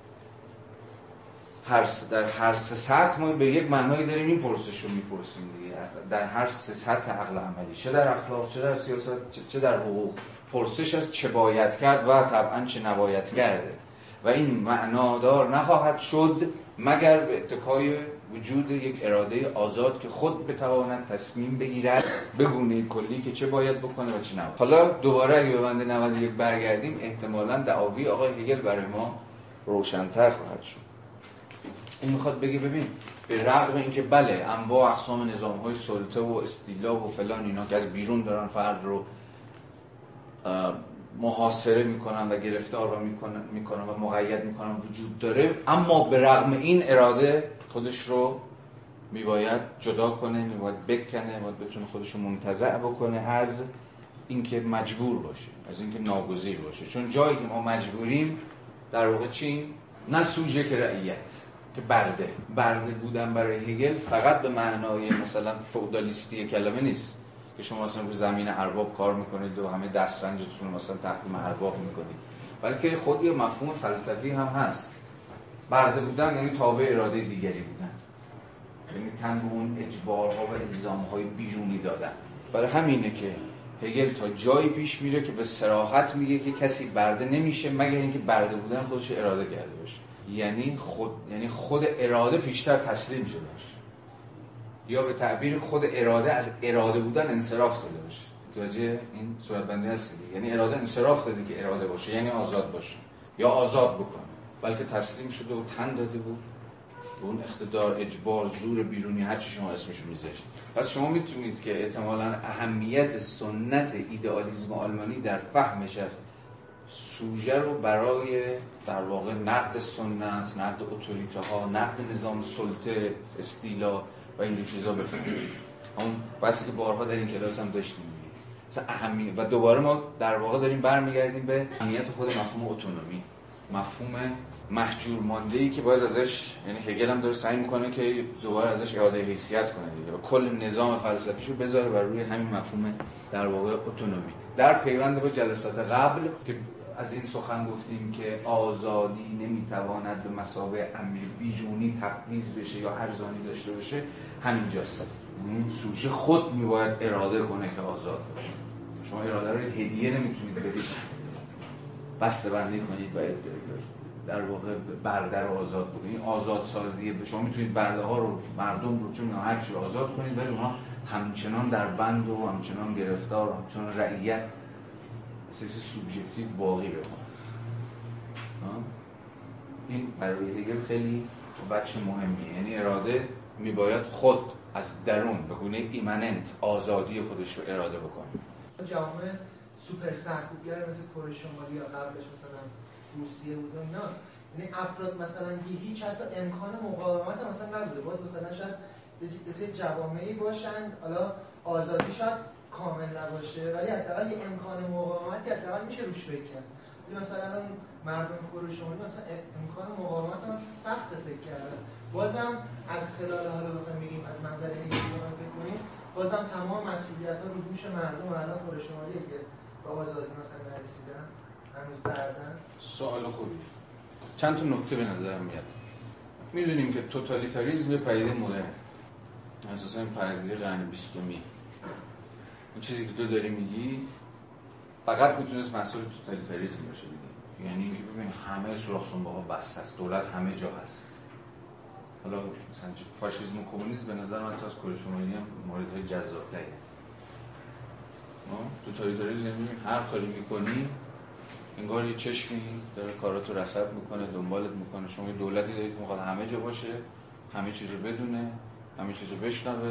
Speaker 1: هر در هر سه سطح ما به یک معنایی داریم این پرسش رو میپرسیم دیگه، در هر سه سطح عقل عملی، چه در اخلاق، چه در سیاست، چه در حقوق، پرسش از چه باید کرد و طبعا چه نباید کرده و این معنادار نخواهد شد مگر به اتکای وجود یک اراده آزاد که خود بتواند تصمیم بگیرد به گونه کلی که چه باید بکنه و چه نباید. حالا دوباره اگه به بند نود و یک برگردیم احتمالاً دعاوی آقای هگل برای ما روشن‌تر خواهد شد. اون میخواد بگه ببین به رغم اینکه بله انواع اقسام نظام‌های سلطه و استیلا و فلان اینا که از بیرون دارن فرد رو محاصره میکنن و گرفتار میکنن میکنن و مقید میکنن وجود داره، اما به رغم این اراده خودش رو میباید جدا کنه، میباید بکنه، میباید بتونه خودش رو منتزع بکنه از اینکه مجبور باشه، از اینکه ناگزیر باشه. چون جایی که ما مجبوریم در واقع چیم؟ نه سوژه که رعیت، که برده. برده بودن برای هگل فقط به معنای مثلا فئودالیستی کلمه نیست که شما مثلا رو زمین ارباب کار میکنید و همه دسترنجتون رو مثلا تقدیم ارباب میکنید، بلکه خود یه مفهوم فلسفی هم هست. برده بودن یعنی تابع اراده دیگری بودن، یعنی تن به اون اجبارها و الزامهای بیرونی دادن. برای همینه که هگل تا جایی پیش میره که به صراحت میگه که کسی برده نمیشه مگر اینکه برده بودن خودش اراده کرده باشه، یعنی خود یعنی خود اراده پیشتر تسلیم شده باشه، یا به تعبیر خود اراده از اراده بودن انصراف داده باشه. متوجه این صورت بندی هست دیگه. یعنی اراده انصراف داده که اراده باشه، یعنی آزاد باشه یا آزاد بکنه، بلکه تسلیم شده و تن داده بود به اون اقتدار، اجبار، زور بیرونی، هر چی شما اسمشو میذارید. پس شما میتونید که احتمالاً اهمیت سنت ایدئالیسم آلمانی در فهمش از سوژه رو برای در واقع نقد سنت، نقد اتوریته ها، نقد نظام سلطه، استیلا و اینجور چیزا بفهمید. اون بحثی که بارها در این کلاس هم داشتیم مثلا اهمیت، و دوباره ما در واقع داریم برمیگردیم به اهمیت خود مفهوم اتونومی، مفهوم محجور مانده‌ای که باید ازش، یعنی هگل هم داره سعی میکنه که دوباره ازش اعاده حیثیت کنه دیگه و کل نظام فلسفیشو بذاره بر روی همین مفهوم در واقع اتونومی. در پیوند با جلسات قبل که از این سخن گفتیم که آزادی نمیتواند به مثابه امر بیرونی تفویض بشه یا ارزانی داشته باشه، همینجاست. این سوژه خود میباید اراده کنه که آزاد باشه. شما اراده رو هدیه نمیتونید بدید، بسته بندی کنید و در واقع برده رو آزاد بکنید. آزاد سازی به شما میتونید برده ها رو، مردم رو، چون هر چی آزاد کنید ولی اونها همچنان در بند و همچنان گرفتار و همچنان رعیت اساس سوبژکتیو باقی بمونه. این برای هگل خیلی بچه مهمیه. یعنی اراده میباید خود از درون به گونه ایمننت آزادی خودش رو اراده بکنه.
Speaker 3: جامعه سوپر سرکوبگر مثل کره شمالی یا قبلش مثلا روسیه بود و اینا، یعنی افراد مثلا بی هیچ حتی امکان مقاومت مثلا نبوده. باز مثلا شاید یه جوامعی باشن، حالا آزادی شاید کامل نباشه ولی حداقل یه امکان مقاومتی حداقل میشه روش فکر کرد. مثلا مردم کره شمالی مثلا امکان مقاومت هم مثلا سخت فکر کردن. بازم از خلال حالا بخوایم بگیم از منظر هگل بخوایم فکر کنیم، بازم تمام مسئولیت‌ها رو دوش مردم و الان کره شمالی که به آزادی مثلا نرسیدن هنوز بردن.
Speaker 1: سوال خوبی. چند تا نکته به نظرم میاد. میدونیم که توتالیتاریسم یه پدیده مدرن، اساساً پدیده قرن بیستمی. اون چیزی که تو داری میگی فقط میتونست محصول توتالیتاریسم باشه دیگه. یعنی اینکه ببین همه سوراخ سنبه‌ها بسته است، دولت همه جا هست. حالا مثلا فاشیسم و کمونیسم به نظر من تا از کره شمالی هم موردهای جذاب‌تره. توتالیتاریسم یعنی هر کاری میکنی انگار یه چشمی داره کاراتو رصد میکنه، دنبالت میکنه. شما یه دولتی دارید که میخواد همه جا باشه، همه چیزو بدونه، همه چیزو بشنوه،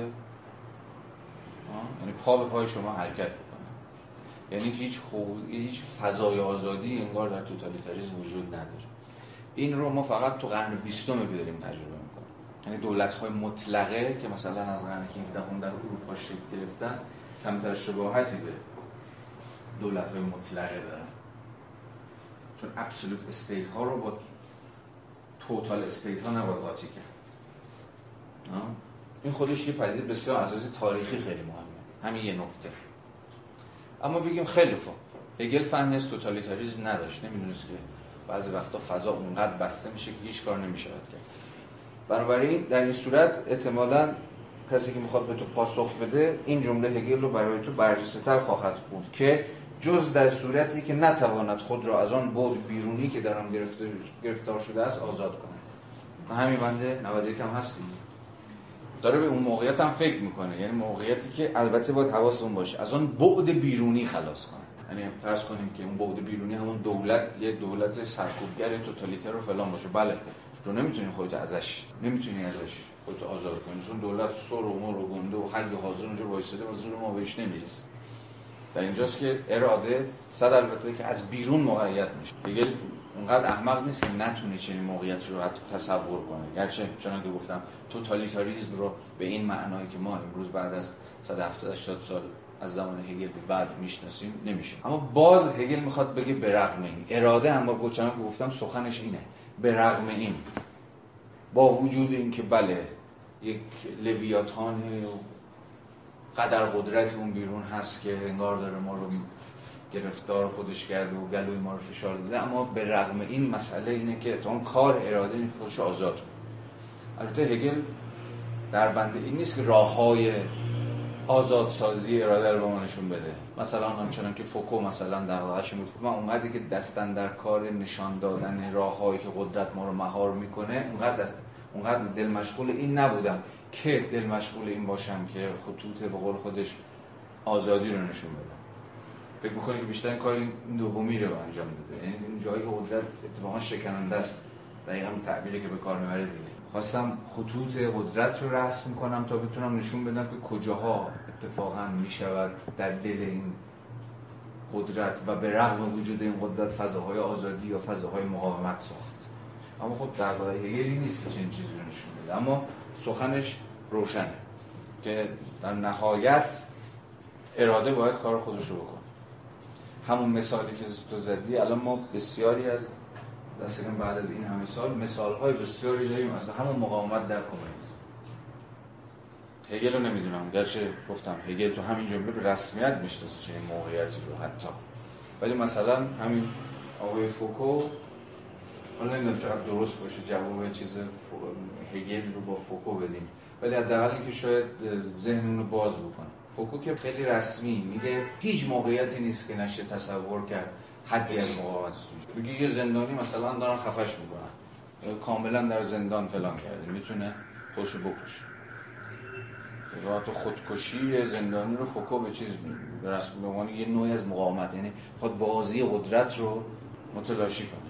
Speaker 1: یعنی پا به پای شما حرکت میکنه. یعنی که هیچ خوب... هیچ فضای آزادی انگار در توتالیتاریسم وجود نداره. این رو ما فقط تو قرن بیستم که داریم تجربه میکنیم. یعنی دولت‌های مطلقه که مثلا از قرن هفدهم در اروپا شکل گرفتن کمتر شباهتی به دولت‌های مطلقه دارن، چون ابسولوت استیت ها رو با توتال استیت ها نباید قاطی کرد. این خودش یه پدیده بسیار اساسی تاریخی خیلی مهمه، همین یه نکته. اما بگیم خیلی خوب، هگل فهمی از توتالیتاریسم نداشت، نمیدونست که بعضی وقتا فضا اونقدر بسته میشه که هیچ کار نمیشه کرد. بنابراین در این صورت احتمالاً کسی که میخواد به تو پاسخ بده این جمله هگل رو برای تو برجسته‌تر خواهد بود که جز در صورتی که نتواند خود را از آن بعد بیرونی که در آن گرفتار شده است آزاد کنه. همین بنده نود و یک هم هستیم. داره به اون موقعیت هم فکر میکنه، یعنی موقعیتی که البته باید حواسمون باشه از آن بعد بیرونی خلاص کنه. یعنی فرض کنیم که اون بعد بیرونی همون دولت، یه دولت سرکوبگر توتالیتر و فلان باشه. بله تو نمیتونی خودت ازش نمیتونی ازش خودت آزاد کنی، چون دولت سر و مر و گنده و حی حاضر اونجا وایساده و زور ما بهش نمیرسه. در اینجاست که اراده صد البته که از بیرون مقید میشه. هگل اونقدر احمق نیست که نتونه چنین موقعیتی رو حتی تصور کنه، گرچه چون که گفتم توتالیتاریسم رو به این معنایی که ما امروز بعد از صد و هفتاد هشتاد سال از زمان هگل به بعد میشناسیم نمیشه. اما باز هگل میخواد بگه به رغم این اراده، هم با چون که گفتم سخنش اینه، به رغم این، با وجود این که بله یک لویاتان قدر قدرتی اون بیرون هست که انگار داره ما رو گرفتار خودش کرده و گلوی ما رو فشار داده، اما به رغم این مسئله اینه که اتفاقاً کار اراده این خودش آزاد کنه. البته هگل در بند این نیست که راههای آزادسازی اراده رو به ما نشون بده. مثلا آنچنان که فوکو مثلا در واقعش بود من اونقدری که دستن در کار نشان دادن راههایی که قدرت ما رو مهار میکنه اونقدر دست... اونقدر دل مشغول این نبودم که دل مشغول این باشم که خطوط به قول خودش آزادی رو نشون بدم. فکر می‌کنی که بیشتر این کار این دومی رو انجام داده، یعنی این جایی که قدرت اتفاقا شکننده است، دقیقاً تعبیری که به کار میبره دیگه. خواستم خطوط قدرت رو رسم کنم تا بتونم نشون بدم که کجاها اتفاقا میشود در دل این قدرت و به رغم وجود این قدرت فضاهای آزادی یا فضاهای مقاومت ساخت. اما خب در واقع هگلی نیست که چنین چیزی رو نشون بده، اما سخنش روشنه که در نهایت اراده باید کار خودش رو بکنه. همون مثالی که تو زدی، الان ما بسیاری از دستگاه بعد از این همه سال مثال‌های بسیاری داریم از همون مقاومت در کمونیسم. هگل رو نمیدونم، گرچه گفتم هگل تو همین جمله به رسمیت میشناسه چنین موقعیتی رو حتی، ولی مثلا همین آقای فوکو، حالا نمیدونم چقدر درست باشه جواب چیز هگل رو با فوکو بدیم، ولی حداقل اینکه شاید ذهنمون رو باز بکنه. فوکو که خیلی رسمی میگه هیچ موقعیتی نیست که نشه تصور کرد حدی از مقاومت است. میگه یه زندانی مثلا دارن خفش میکنن، کاملا در زندان فلان کرده، میتونه خودشو بکشه. یا تو خودکشی زندانی رو فوکو به چیز به رسم به عنوان یه نوعی از مقاومت، یعنی خود بازی قدرت رو متلاشی کنه.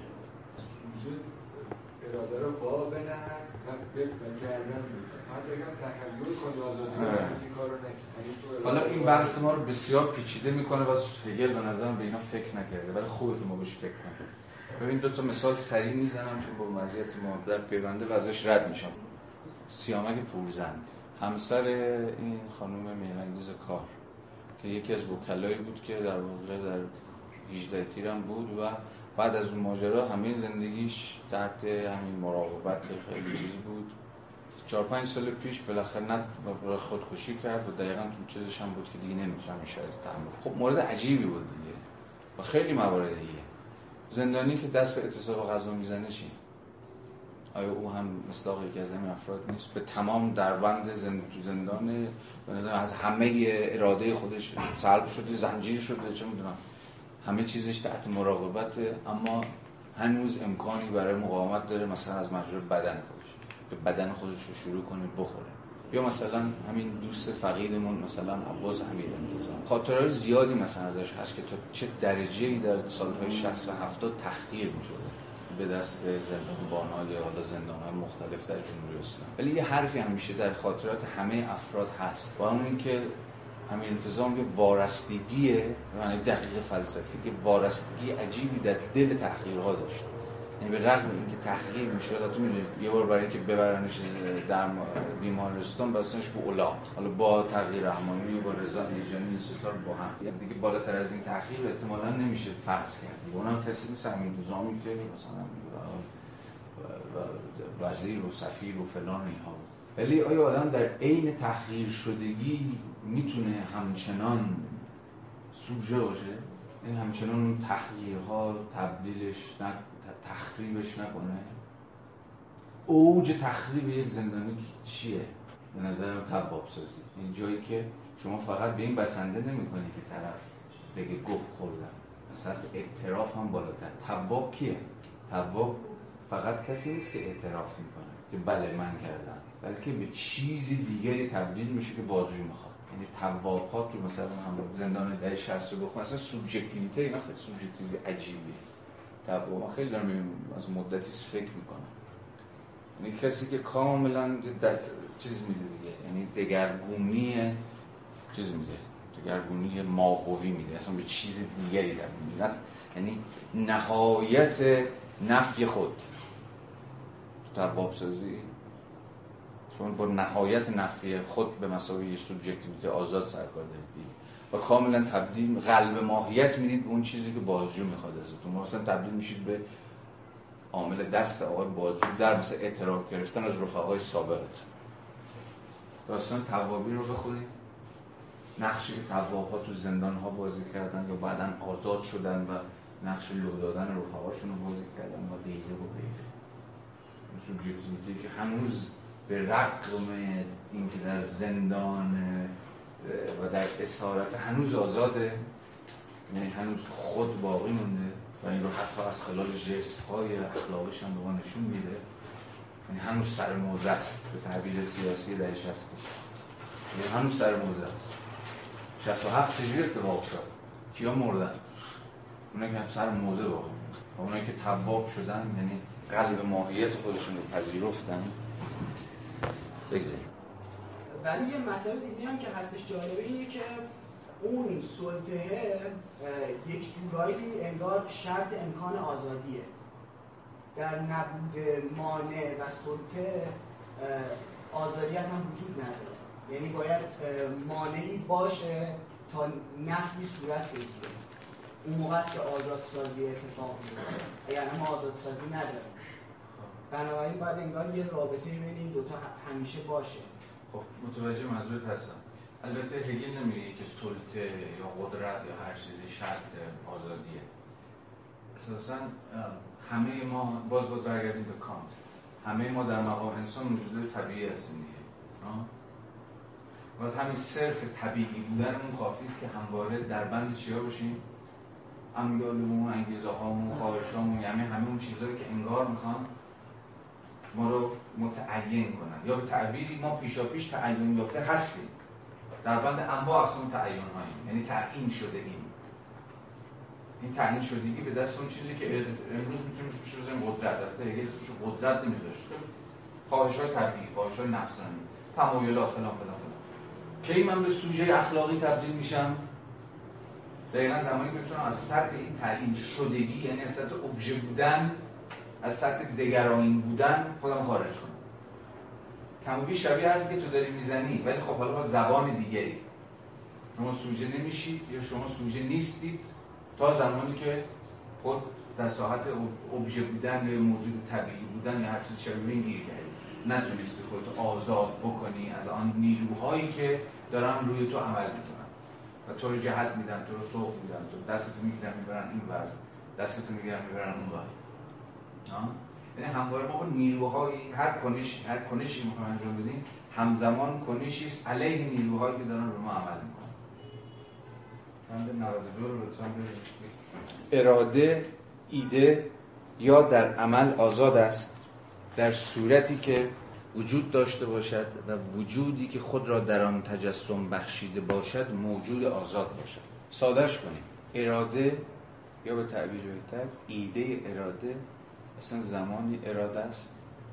Speaker 4: اراده رو با بنهر به کردن حتی اگه تخیل کنی آزادی این کارو نکنی.
Speaker 1: حالا این بحث ما رو بسیار پیچیده میکنه و هگل به نظرم به اینا فکر نکرده، ولی خوبه که ما بهش فکر کنیم. ببین دو تا مثال سریع میزنم چون با وضعیت ما در پیونده و ازش رد میشم. سیامک پورزند، همسر این خانم مهرانگیز کار که یکی از وکلایی بود که در واقع در هجده تیر هم بود و بعد از اون ماجرا همه زندگیش تحت همین مراقبت خیلی چیز بود. چهار پنج سال پیش بالاخره نه خودکشی کرد و دقیقاً تو چیزش هم بود که دیگه نمیتونم این شرایط تحمل. خب مورد عجیبی بود دیگه و خیلی موارد دیگه. زندانی که دست به اعتصاب غذا میزنه چی؟ آیا او هم مصداق یکی از این افراد نیست؟ به تمام دربند زند... تو زندان به نظر از همه اراده خودش سلب شده، زنجیر شده، چه میدونم همه چیزش تحت مراقبته، اما هنوز امکانی برای مقاومت داره، مثلا از مجرد بدن خودش که بدن خودش رو شروع کنه بخوره. یا مثلا همین دوست فقیدمون مثلا عباس امیرانتظام، خاطرهای زیادی مثلا ازش هست که تا چه درجه‌ای در سالهای شصت و هفتاد تحقیر می‌شده به دست زندانبان‌ها یا حالا زندان‌های مختلف در جمهوری اسلامی. ولی یه حرفی همیشه در خاطرات همه افراد هست و اون این که امیرانتظام یه وارستگیه، یعنی دقیق فلسفی که وارستگی عجیبی در دل تحقیرها داشت. یعنی به رغم اینکه تحقیر میشد، تو میدونید یه بار برای اینکه ببرنش در بیمارستان بستنش به اولاق، حالا با تغییر رحمانی با رضا لیجانی این ستار با هم، یعنی دیگه بالاتر از این تحقیر احتمالاً نمیشه فرض کرد. اونم کسی نیست امیرانتظامی که مثلا وزیر و سفیر و فلان اینها. ولی آیا آدم در عین تحقیر شدگی میتونه همچنان سوژه باشه؟ این همچنان اون تحقیرها تبدیلش نه تخریبش نکنه؟ اوج تخریب یک زندانی چیه؟ به نظر من طباب سازی. این جایی که شما فقط به این بسنده نمی‌کنی که طرف بگه گوه خوردم، سطح اعتراف هم بالاتر. طباب کیه؟ طباب فقط کسی نیست که اعتراف میکنه که بله من کردم، بلکه به چیز دیگری تبدیل میشه که بازجو میخواد. یعنی تواب‌ها تو مثلا هم زندان دهه شصت رو بخون، اصلا سوبژکتیویته اینا خیلی سوبژکتیویته عجیبیه. تواب ما خیلی دارم از مدتی فکر میکنم. یعنی کسی که کاملا در چیز میده دیگه، یعنی دگرگونی چیز میده، دگرگونی ماهوی میده، اصلا به چیز دیگری در میده، یعنی نهایت نفی خود. تواب سازی چون با نهایت نفی خود به مساوی سوبژکتیویته آزاد سرکار دارید و کاملا تبدیل قلب ماهیت میدید به اون چیزی که بازجو میخواد ازتون. مثلا تبدیل میشید به عامل دست آقای بازجو در مثلا اعتراف گرفتن از رفقای سابقت. داستان توابی رو بخونید، نقشی که تواب‌ها تو زندان‌ها بازی کردن یا بعداً آزاد شدن و نقش لو دادن رفقاشون رو بازی کردن و غیره و غیره. سوبژکتیویته که هنوز به رغم اینکه در زندان و در اسارت هنوز آزاده، یعنی هنوز خود باقی مونده و این رو حتی از خلال ژست‌های اخلاقیش هم به ما نشون میده. یعنی هنوز سر موزه است به تعبیر سیاسی دهه شصت، یعنی هنوز سر موزه است. شصت و هفت چجوری اتفاق افتاد؟ کیا مردن؟ اونایی که هم سر موزه باقی موندن و اونایی که تواب شدن، یعنی قلب ماهیت خودشون رو پذیرفتن. بگذاریم.
Speaker 2: ولی یه مطلب دیگه هم که هستش جالبه اینه که اون سلطه یک جورایی انگار شرط امکان آزادیه. در نبود مانع و سلطه آزادی اصلا وجود نداره. یعنی باید مانعی باشه تا نفی صورت بگیره. اون موقع است که آزادسازی اتفاق میفته. یعنی ما آزادسازی نداریم. بنابراین باید انگار یه رابطه بین این دوتا همیشه باشه.
Speaker 1: خب متوجه منظورت هستم. البته هگل نمیگه که سلطه یا قدرت یا هر چیزی شرط آزادیه. اساساً همه ما باز باید برگردیم به کانت. همه ما در مقام انسان موجود طبیعی هستیم دیگه. و همین صرف طبیعی بودنمون کافی است که همواره در بند چیا باشیم؟ امیالمون، انگیزه‌هامون، خواهشامون، یعنی همه اون چیزایی که انگار میخوان ما رو متعین کنن، یا به تعبیری ما پیشاپیش تعین یافته هستیم در بند انواع اقسام تعین هاییم، یعنی تعیین شده ایم. این تعیین شدگی به دست اون چیزی که امروز میتونیم پیش بزنیم قدرت. البته هگل اسمش قدرت نمیذاشت، خواهش‌های طبیعی، خواهش‌های نفسانی، تمایلات فلان فلان فلان. کی من به سوژه اخلاقی تبدیل میشم؟ دقیقاً زمانی که میتونم از سطح این تعیین شدگی، یعنی از سطح ابژه بودن، از سطح دگرآیین بودن خودم خارج کنم. کم و بیش شبیه حرفی که تو داری میزنی، ولی خب حالا با زبان دیگری. شما سوژه نمیشید یا شما سوژه نیستید تا زمانی که خود در ساحت ابژه بودن یا موجود طبیعی بودن یا هر چیز شبیه این گیر کردی، نتونستی خودت آزاد بکنی از آن نیروهایی که دارن روی تو عمل میکنن و تو رو جهت میدن، تو رو سوق میدن، تو دستتو میگیرن میبرن این ور، دستتو میگیرن میبرن اون ور. یعنی همواره ما با نیروهای هر کنش هر کنشی میخوایم انجام بدیم همزمان کنشی است علیه نیروهایی که دارن رو ما عمل میکنن. من به نود و دو رو لطفاً ببینید. اراده ایده یا در عمل آزاد است در صورتی که وجود داشته باشد و وجودی که خود را در آن تجسم بخشیده باشد موجود آزاد باشد. سادهش کنیم، اراده یا به تعبیر بهتر ایده اراده اصلا زمانی اراده است،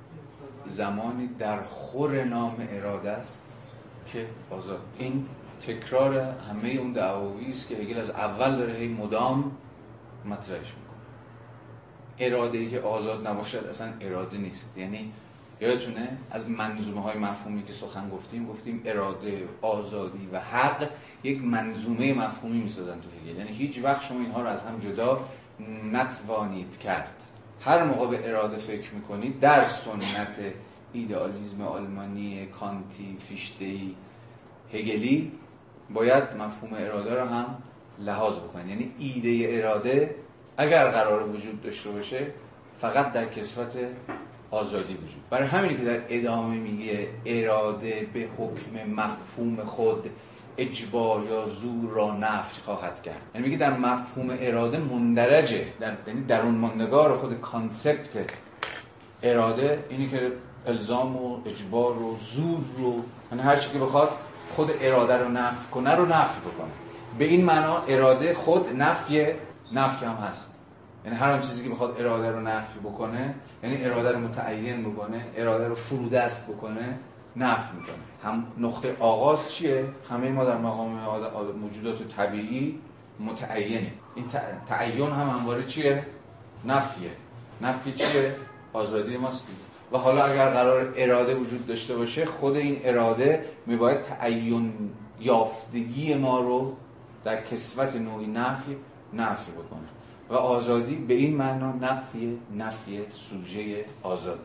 Speaker 1: زمانی در خور نام اراده است که آزاد. این تکرار همه اون دعاوی است که هگل از اول داره هی مدام مطرحش میکنه. اراده ای که آزاد نباشد اصلا اراده نیست. یعنی یادتونه از منظومه های مفهومی که سخن گفتیم گفتیم اراده، آزادی و حق یک منظومه مفهومی میسازن تو هگل. یعنی هیچ وقت شما اینها رو از هم جدا نتوانید کرد. هر موقع به اراده فکر میکنید در سنت ایدئالیسم آلمانی کانتی فیشته‌ای هگلی باید مفهوم اراده رو هم لحاظ بکنید. یعنی ایده اراده اگر قرار وجود داشته باشه فقط در کسوت آزادی وجود. برای همینه که در ادامه میگه اراده به حکم مفهوم خود اجبار یا زور را نفی خواهد کرد. یعنی میگه در مفهوم اراده مندرجه، در یعنی درون ماندگار خود کانسپت اراده اینی که الزام و اجبار و زور رو، یعنی هر چی که بخواد خود اراده رو نفی کنه رو نفی بکنه. به این معنا اراده خود نفی نفی هم هست. یعنی هر آن چیزی که بخواد اراده رو نفی بکنه، یعنی اراده رو متعین بکنه، اراده رو فرودست بکنه، نفی میکنه. هم نقطه آغاز چیه؟ همه ما در مقام موجودات طبیعی متعینه. این تعین هم همواره چیه؟ نفیه. نفی چیه؟ آزادی ماست. و حالا اگر قرار اراده وجود داشته باشه خود این اراده میباید تعین یافتگی ما رو در کسوت نوعی نفی نفی بکنه. و آزادی به این معنا نفی نفی سوژه آزاده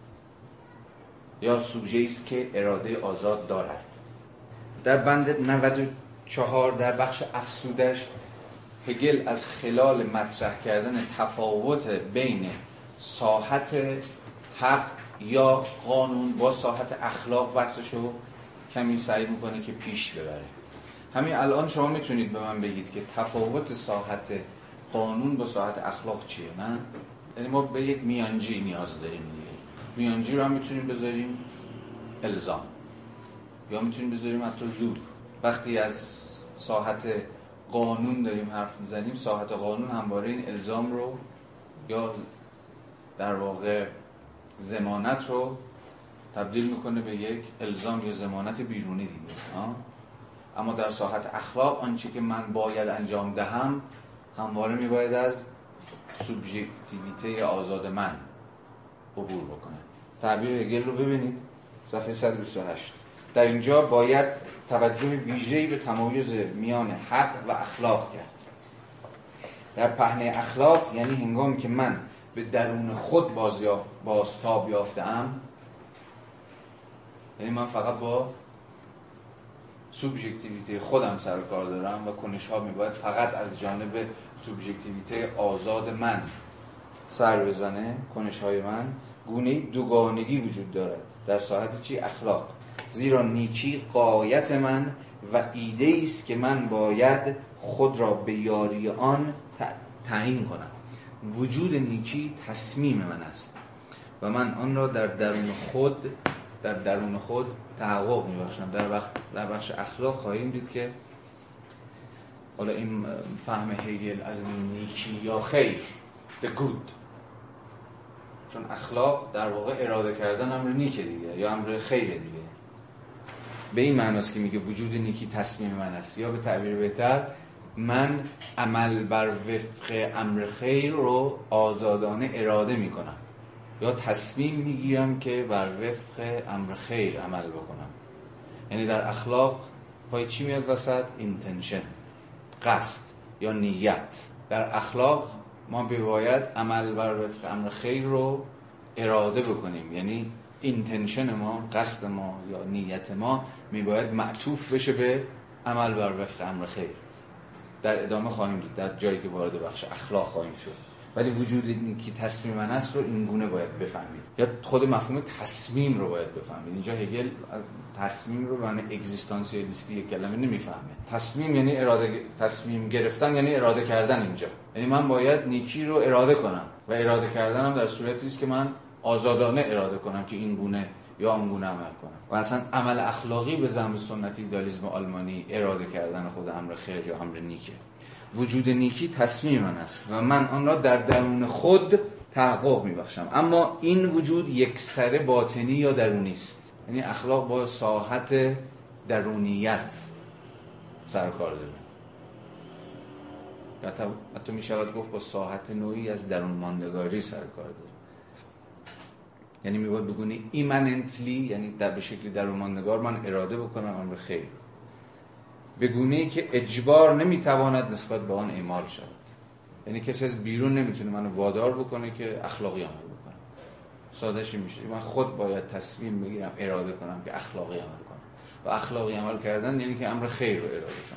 Speaker 1: یا سوژه‌ای است که اراده آزاد دارد. در بند نود و چهار در بخش افسودش هگل از خلال مطرح کردن تفاوت بین ساحت حق یا قانون با ساحت اخلاق بحثشو کمی سعی میکنه که پیش ببره. همین الان شما میتونید به من بگید که تفاوت ساحت قانون با ساحت اخلاق چیه؟ نه؟ یعنی ما به یک میانجی نیاز داریم دیگه. میانجی رو هم میتونیم بذاریم الزام یا میتونیم بذاریم حتی زور. وقتی از ساحت قانون داریم حرف میزنیم ساحت قانون همواره این الزام رو یا در واقع ضمانت رو تبدیل میکنه به یک الزام یا ضمانت بیرونی دیگه. آه؟ اما در ساحت اخلاق آنچه که من باید انجام دهم همواره میباید از سوبژکتیویته آزاد من عبور بکنه. تعبیر هگل رو ببینید صفحه صد و بیست و هشت. در اینجا باید توجه ویژه‌ای به تمایز میان حق و اخلاق کرد. در پهنه اخلاق یعنی هنگامی که من به درون خود بازیافت بازتاب یافتم، یعنی من فقط با سوبژکتیویته خودم سر کار دارم و کنش‌ها میباید فقط از جانب سوبژکتیویته آزاد من سر بزنه. کنش‌های من گونه دوگانگی وجود دارد در ساحت چی؟ اخلاق. زیرا نیکی غایت من و ایده است که من باید خود را به یاری آن تعیین کنم. وجود نیکی تصمیم من است و من آن را در درون خود در درون خود تحقق می‌بخشم. در بخش در بخش اخلاق خواهیم دید که حالا این فهم هگل از نیکی یا خیر the good، چون اخلاق در واقع اراده کردن امر نیکه دیگه یا امر خیره دیگه. به این معناست که میگه وجود نیکی تصمیم من است، یا به تعبیر بهتر من عمل بر وفق امر خیر رو آزادانه اراده میکنم یا تصمیم میگیرم که بر وفق امر خیر عمل بکنم. یعنی در اخلاق پای چی میاد وسط؟ اینتنشن، قصد یا نیت. در اخلاق ما باید عمل بر وفق امر خیر رو اراده بکنیم، یعنی اینتنشن ما، قصد ما یا نیت ما میباید معطوف بشه به عمل بر وفق امر خیر. در ادامه خواهیم دید، در جایی که وارد بخش اخلاق خواهیم شد. ولی وجود نیکی تصمیم من است رو این گونه باید بفهمید، یا خود مفهوم تصمیم رو باید بفهمید. اینجا هگل تصمیم رو به معنی اگزیستانسیالیستی کلمه نمیفهمه. تصمیم یعنی اراده، تصمیم گرفتن یعنی اراده کردن. اینجا یعنی من باید نیکی رو اراده کنم و اراده کردنم در صورتی است که من آزادانه اراده کنم که این گونه یا آن گونه عمل کنم. و اصلا عمل اخلاقی به زعم سنتی ایدالیسم آلمانی اراده کردن خود امر خیر یا امر نیکه. وجود نیکی تصمیم من است و من آن را در درون خود تحقق میبخشم. اما این وجود یکسره باطنی یا درونی است. یعنی اخلاق با ساحت درونیت سر کار داره. حتی, حتی می شود گفت با ساحت نوعی از درون ماندگاری سر کار داره. یعنی می باید بگونی ایمننتلی، یعنی در به شکلی درون ماندگار من اراده بکنم امر خیر، به گونه‌ای که اجبار نمیتواند نسبت به آن اعمال شود. یعنی کسی از بیرون نمیتونه منو وادار بکنه که اخلاقی عمل بکنم. ساده‌اش میشه من خود باید تصمیم بگیرم، اراده کنم که اخلاقی عمل کنم. و اخلاقی عمل کردن یعنی که امر خیر رو اراده کنم.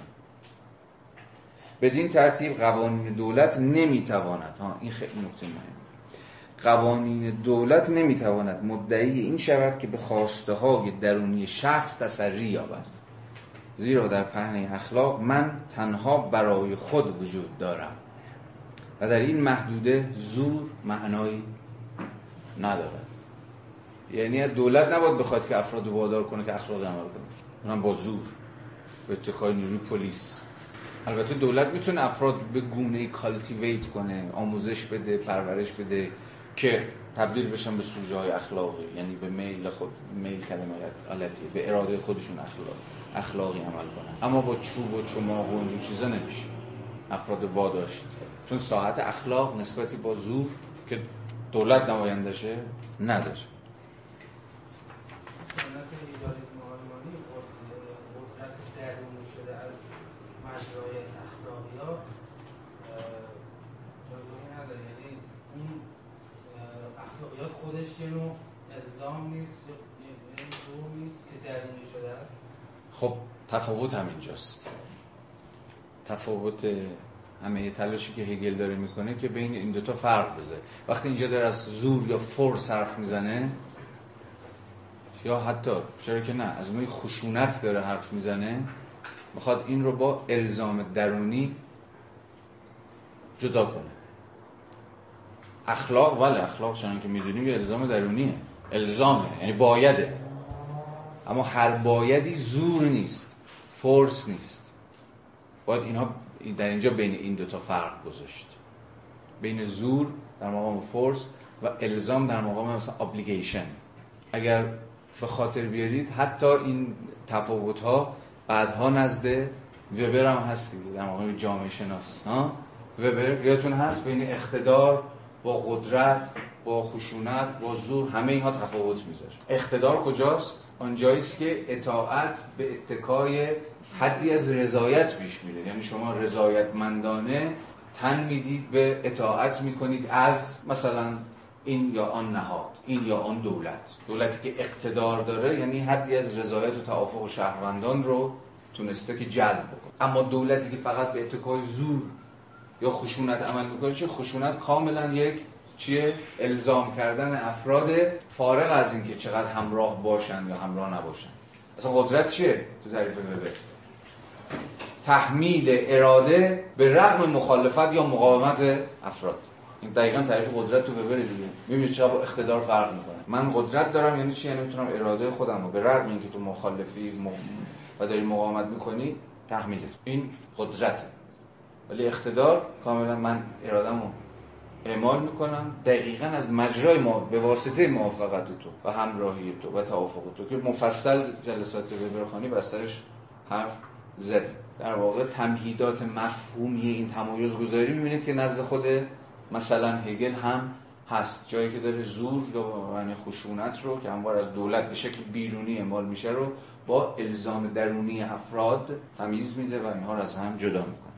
Speaker 1: بدین ترتیب قوانین دولت نمیتواند، ها این خیلی نکته مهمه، قوانین دولت نمیتواند مدعی این شود که به خواسته های درونی شخص تسری یابد، زیرا در پهنه اخلاق من تنها برای خود وجود دارم و در این محدوده زور معنایی ندارد. یعنی دولت نباید بخواد که افراد وادار کنه که اخلاقی عمل کنه، اونم با زور، به اتکای نیروی پلیس. البته دولت میتونه افراد به گونه‌ای کالتیویت کنه، آموزش بده، پرورش بده که تبدیل بشن به سوژه های اخلاقی، یعنی به میل خود، میل کلمه غلطی، به اراده خودشون اخلاق اخلاقی عمل کنن. اما با چوب و چماق و اینجور چیزا نمیشه افراد واداشت، چون ساحت اخلاق نسبتی با زور که دولت نمایندشه نداره.
Speaker 5: مجرای اخلاقیات جایگاهی نداره، یعنی اون اخلاقیات خودش یه نوع الزام نیست یا یه نوع نیست که درونی شده است.
Speaker 1: خب تفاوت همینجاست. تفاوت همه تلاشی که هگل داره میکنه که بین این دوتا فرق بذاره. وقتی اینجا داره از زور یا فورس حرف میزنه، یا حتی چرا که نه از نوع خشونت داره حرف میزنه، میخواد این رو با الزام درونی جدا کنه. اخلاق ولی اخلاق چنان که میدونیم یه الزام درونیه، الزامه، یعنی بایده. اما هر بایدی زور نیست، فورس نیست. باید اینها در اینجا بین این دوتا فرق گذاشت، بین زور در مقام فورس و الزام در مقام مثلا obligation. اگر به خاطر بیارید حتی این تفاوت‌ها بعدها نزد وبر هم هستی در مقام جامعه شناس. ها وبر یادتون هست بین اقتدار با قدرت، با خشونت، با زور، همه اینها تفاوت میذاره. اقتدار کجاست؟ آنجاییست که اطاعت به اتکای حدی از رضایت پیش میره، یعنی شما رضایتمندانه تن میدید به اطاعت میکنید از مثلا این یا آن نهاد، این یا آن دولت. دولتی که اقتدار داره یعنی حدی از رضایت و توافق و شهروندان رو تونسته که جلب بکنه. اما دولتی که فقط به اتکای زور یا خشونت عمل میکنه، چه خشونت کاملا یک چیه؟ الزام کردن افراد فارغ از این که چقدر همراه باشن یا همراه نباشن. اصلا قدرت چیه تو تعریف وبر؟ تحمیل اراده به رغم مخالفت یا مقاومت افراد. این دقیقاً تعریف قدرت تو وبر دیگه. می‌بینید چرا با اقتدار فرق می‌کنه. من قدرت دارم یعنی چی؟ یعنی میتونم اراده خودم رو به رغم اینکه تو مخالفی م... و داری مقاومت می‌کنی تحمیل. این قدرته. ولی اقتدار کاملا من اراده‌مو اعمال می‌کنم دقیقاً از مجرای ما به واسطه موافقت تو و همراهی تو و توافق تو که مفصل جلسات وبرخوانی بسترش حرف زدیم. در واقع تمهیدات مفهومی این تمایز گذاری می‌بینید که نزد خود مثلا هگل هم هست، جایی که داره زور یا یعنی خشونت رو که هموار از دولت به شکل بیرونی اعمال میشه رو با الزام درونی افراد تمیز میده و اینها رو از هم جدا میکنه.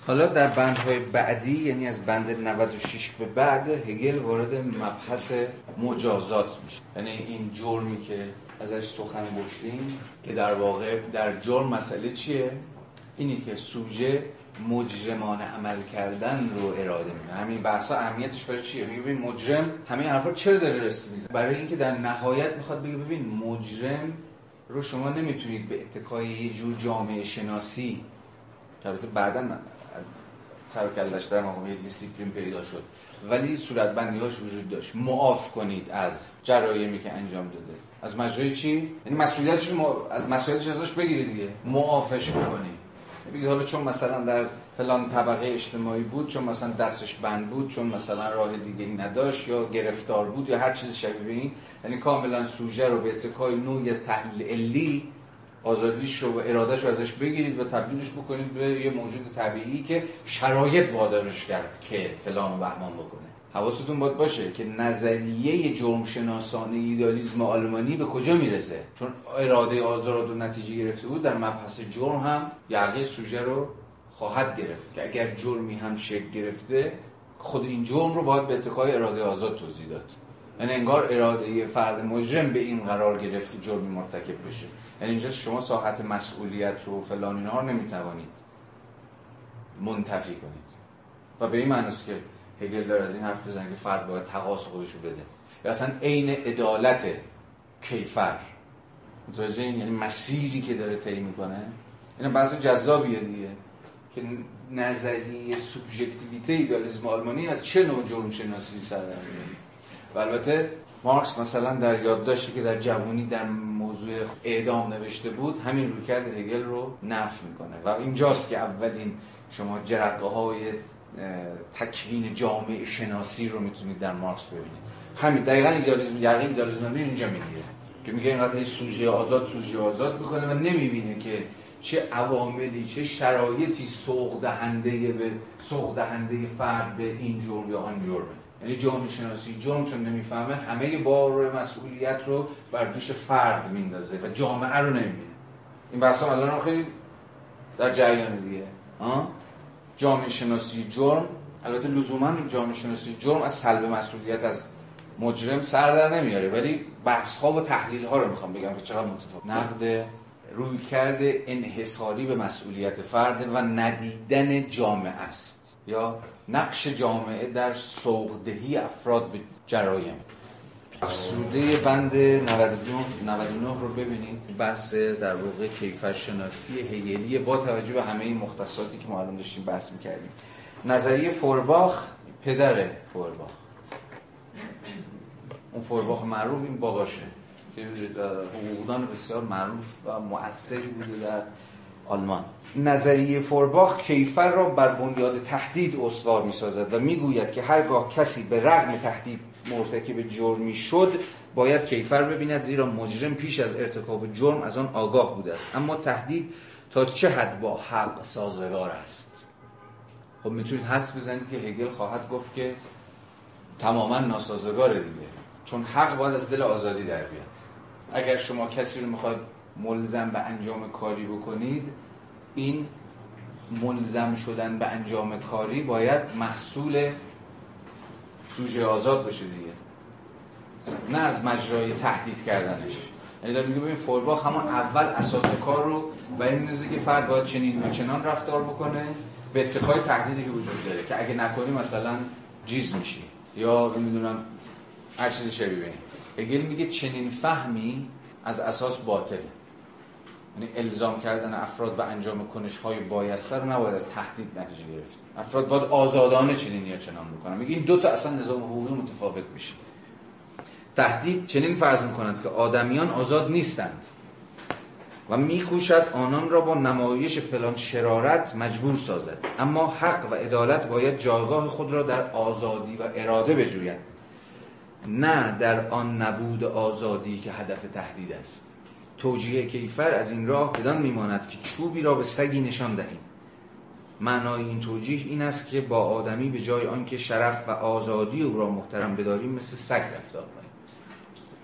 Speaker 1: حالا در بندهای بعدی، یعنی از بند نود و شش به بعد، هگل وارد مبحث مجازات میشه. یعنی این جرمی که ازش سخن گفتیم که در واقع در جرم مسئله چیه؟ اینی که سوژه مجرمانه عمل کردن رو اراده میکنه. همین بحثا اهمیتش برای چیه؟ میگه ببین مجرم همین حرفا چرا داره رست میزنه؟ برای اینکه در نهایت میخواد بگه ببین مجرم رو شما نمیتونید به اتکای یه جور جامعه شناسی که البته بعداً سر و کله‌اش در مقام یک دیسیپلین پیدا شد ولی صورتبندی‌هاش وجود داشت، معاف کنید از جرایمی که انجام داده. از مجرای چی؟ یعنی مسئولیتش رو از مسئولیتش ازش بگیرید دیگه، معافش بکنید. بگید حالا چون مثلا در فلان طبقه اجتماعی بود، چون مثلا دستش بند بود، چون مثلا راه دیگه‌ای نداشت یا گرفتار بود یا هر چیز شبیه این، یعنی کاملا سوژه رو به اتکای نوعی از تحلیل علی آزادیش رو و ارادهش رو ازش بگیرید و تبدیلش بکنید به یه موجود طبیعی که شرایط وادارش کرد که فلان و بهمان بکنه. حواستون باید باشه که نظریه جرم شناسانه ایدالیسم آلمانی به کجا میرسه؟ چون اراده آزاد و نتیجه گرفته بود، در مبحث جرم هم یقه سوژه رو خواهد گرفت که اگر جرمی هم شکل گرفته خود این جرم رو باید به اتکای اراده آزاد توضیح داد. یعنی انگار اراده فرد مجرم به این قرار گرفت که جرمی مرتکب بشه. یعنی اینجا شما ساحت مسئولیت و فلان اینها رو نمیتوانید منتفی کنید و به این معنی است که هگل داره از این حرف بزنه که فرد باید تقاص خودش رو بده یا اصلا عین عدالت کیفر. متوجه این؟ یعنی مسیری که داره طی میکنه. اینا بحث جذابیه دیگه که نظریه سوبژکتیویته ایدالیسم آلمانی از چه نوع جرم شناسی سر در میاره. و البته مارکس مثلا در یادداشتی که در جوانی در موضوع اعدام نوشته بود همین رویکرد هگل رو نفی میکنه و اینجاست که اولین شما جرقه‌های تکوین جامعه شناسی رو میتونید در مارکس ببینید. همین دقیقاً ایدالیسم یقین ایدالیسم رو اینجا میگیره که میگه اینقدر سوژه آزاد سوژه آزاد میکنه و نمیبینه که چه عواملی چه شرایطی سوق دهنده به سوق دهنده فرد به این جرم یا آن جرمه. یعنی جامعه شناسی جرم چون نمیفهمه همه بار و مسئولیت رو بر دوش فرد میندازه و جامعه رو نمیبینه. این بحثا الان خیلی در جریان دیگه. ها جامعه شناسی جرم، البته لزوما جامعه شناسی جرم از سلب مسئولیت از مجرم سر در نمیاره، ولی بحث ها و تحلیل ها رو میخوام بگم که چقدر متفاوت. نقد رویکرد انحصاری به مسئولیت فرد و ندیدن جامعه است یا نقش جامعه در سوق‌دهی افراد به جرایم. افسوده بند نود و نه رو ببینید، بحث در واقع کیفرشناسی هگلی با توجه به همه این مختصاتی که ما الان داشتیم بحث می‌کردیم. نظریه فورباخ، پدر فورباخ، اون فورباخ معروف این باباشه که حقوقدان بسیار معروف و مؤثری بوده در آلمان. نظریه فورباخ کیفر را بر بنیاد تهدید استوار می‌سازد و می‌گوید که هرگاه کسی به رغم تهدید مرتکب جرمی شد باید کیفر ببیند، زیرا مجرم پیش از ارتکاب جرم از آن آگاه بوده است. اما تهدید تا چه حد با حق سازگار است؟ خب میتونید حدس بزنید که هگل خواهد گفت که تماما ناسازگاره دیگه، چون حق باید از دل آزادی در بیاد. اگر شما کسی رو میخواید ملزم به انجام کاری بکنید، این ملزم شدن به انجام کاری باید محصول سوژه آزاد بشه دیگه، نه از مجرای تهدید کردنش. یعنی داره میگه ببین فورباخ همون اول اساس کار رو برای می‌نویسه که فرد باید چنین و چنان رفتار بکنه به اتکای تهدیدی که وجود داره که اگه نکنی مثلا جیز میشی یا نمیدونم هر چیزی شبیه بینی. هگل میگه چنین فهمی از اساس باطله. یعنی الزام کردن افراد به انجام کنش‌های بایسته رو نباید از تهدید نتیجه گرفت. افراد باید آزادانه چنین یا چنان بکنن. میگه این دو تا اصلا نظام حقوقی متفاوت میشه. تهدید چنین فرض می‌کند که آدمیان آزاد نیستند و می‌کوشد آنان را با نمایش فلان شرارت مجبور سازد، اما حق و عدالت باید جایگاه خود را در آزادی و اراده بجوید، نه در آن نبود آزادی که هدف تهدید است. توجیه کیفر از این راه بدان میماند که چوبی را به سگی نشان دهیم. معنای این توجیه این است که با آدمی به جای آنکه شرف و آزادی او را محترم بداریم مثل سگ رفتار کنیم.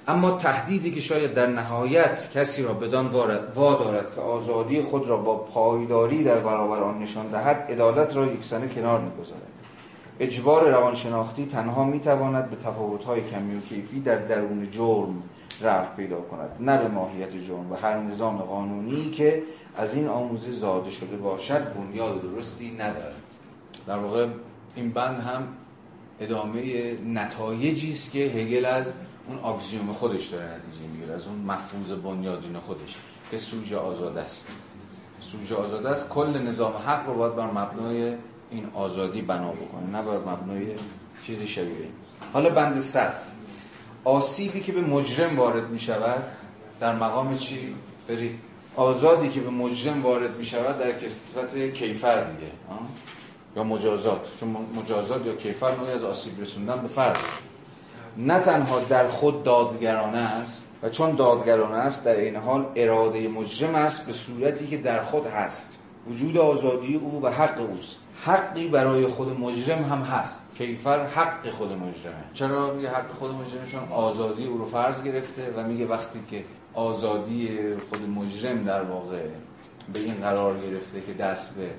Speaker 1: اما تهدیدی که شاید در نهایت کسی را بدان وادارد که آزادی خود را با پایداری در برابر آن نشان دهد، عدالت را یکسانه کنار می‌گذارد. اجبار روانشناختی تنها می‌تواند به تفاوت‌های کمی و کیفی در درون جرم رفع پیدا کند، نه به ماهیت جرم، و هر نظام قانونی که از این آموزه زاده شده باشد بنیاد درستی ندارد. در واقع این بند هم ادامه نتایجی است که هگل از اون آکسیوم خودش داره نتیجه میگیره، از اون مفروض بنیادین خودش که سوژه آزاده است. سوژه آزاده است، کل نظام حق رو باید بر مبنای این آزادی بنا بکنه، نه بر مبنای چیزی شبیه این. حالا بند صد، آسیبی که به مجرم وارد می شود در مقام چی؟ برید. آزادی که به مجرم وارد می شود در کسوت کیفر دیگه، آه؟ یا مجازات، چون مجازات یا کیفر نوعی از آسیب رسوندن به فرد، نه تنها در خود دادگرانه است و چون دادگرانه است در این حال اراده مجرم است به صورتی که در خود هست. وجود آزادی او و حق اوست. حقی برای خود مجرم هم هست. کیفر حق خود مجرمه. چرا میگه حق خود مجرمه؟ چون آزادی او رو فرض گرفته و میگه وقتی که آزادی خود مجرم در واقع به این قرار گرفته که دست به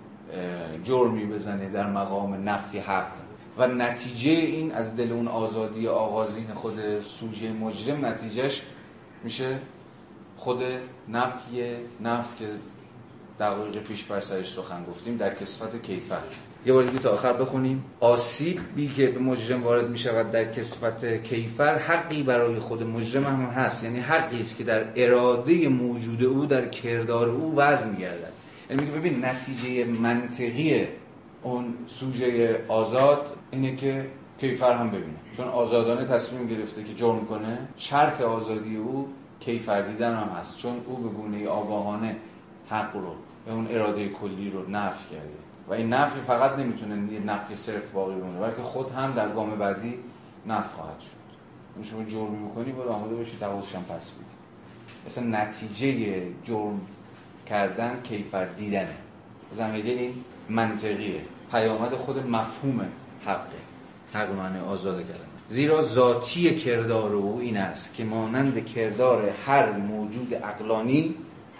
Speaker 1: جرمی بزنه در مقام نفی حق و نتیجه این از دل اون آزادی آغازین خود سوژه مجرم نتیجهش میشه خود نفی نفی که دقایق پیش بر سرش سخن گفتیم در کسوت کیفر. یه بار دیگه تا آخر بخونیم. آسیبی که به مجرم وارد میشود در کسوت کیفر حقی برای خود مجرم هم هست، یعنی حقی است که در اراده موجود او در کردار او وضع میگردد. یعنی میگه ببین نتیجه منطقی اون سوژه آزاد اینه که کیفر هم ببینه، چون آزادانه تصمیم گرفته که جرم کنه. شرط آزادی او کیفر دیدن هم هست، چون او به گونه آگاهانه حق رو به اون اراده کلی رو نفی کرده و این نفی فقط نمیتونه یه نفی صرف باقی بمونه، بلکه خود هم در گام بعدی نفی خواهد شد. اون شما جرم میکنی باید آماده باشی تقاضاش هم پس بدی. مثلا نتیجه جرم کردن کیفر دیدنه. مثلا هگل این منطقیه، پیامد خود مفهوم حقه، حق معنی آزاده کردن. زیرا ذاتی کردار او این است که مانند کردار هر موجود عقلانی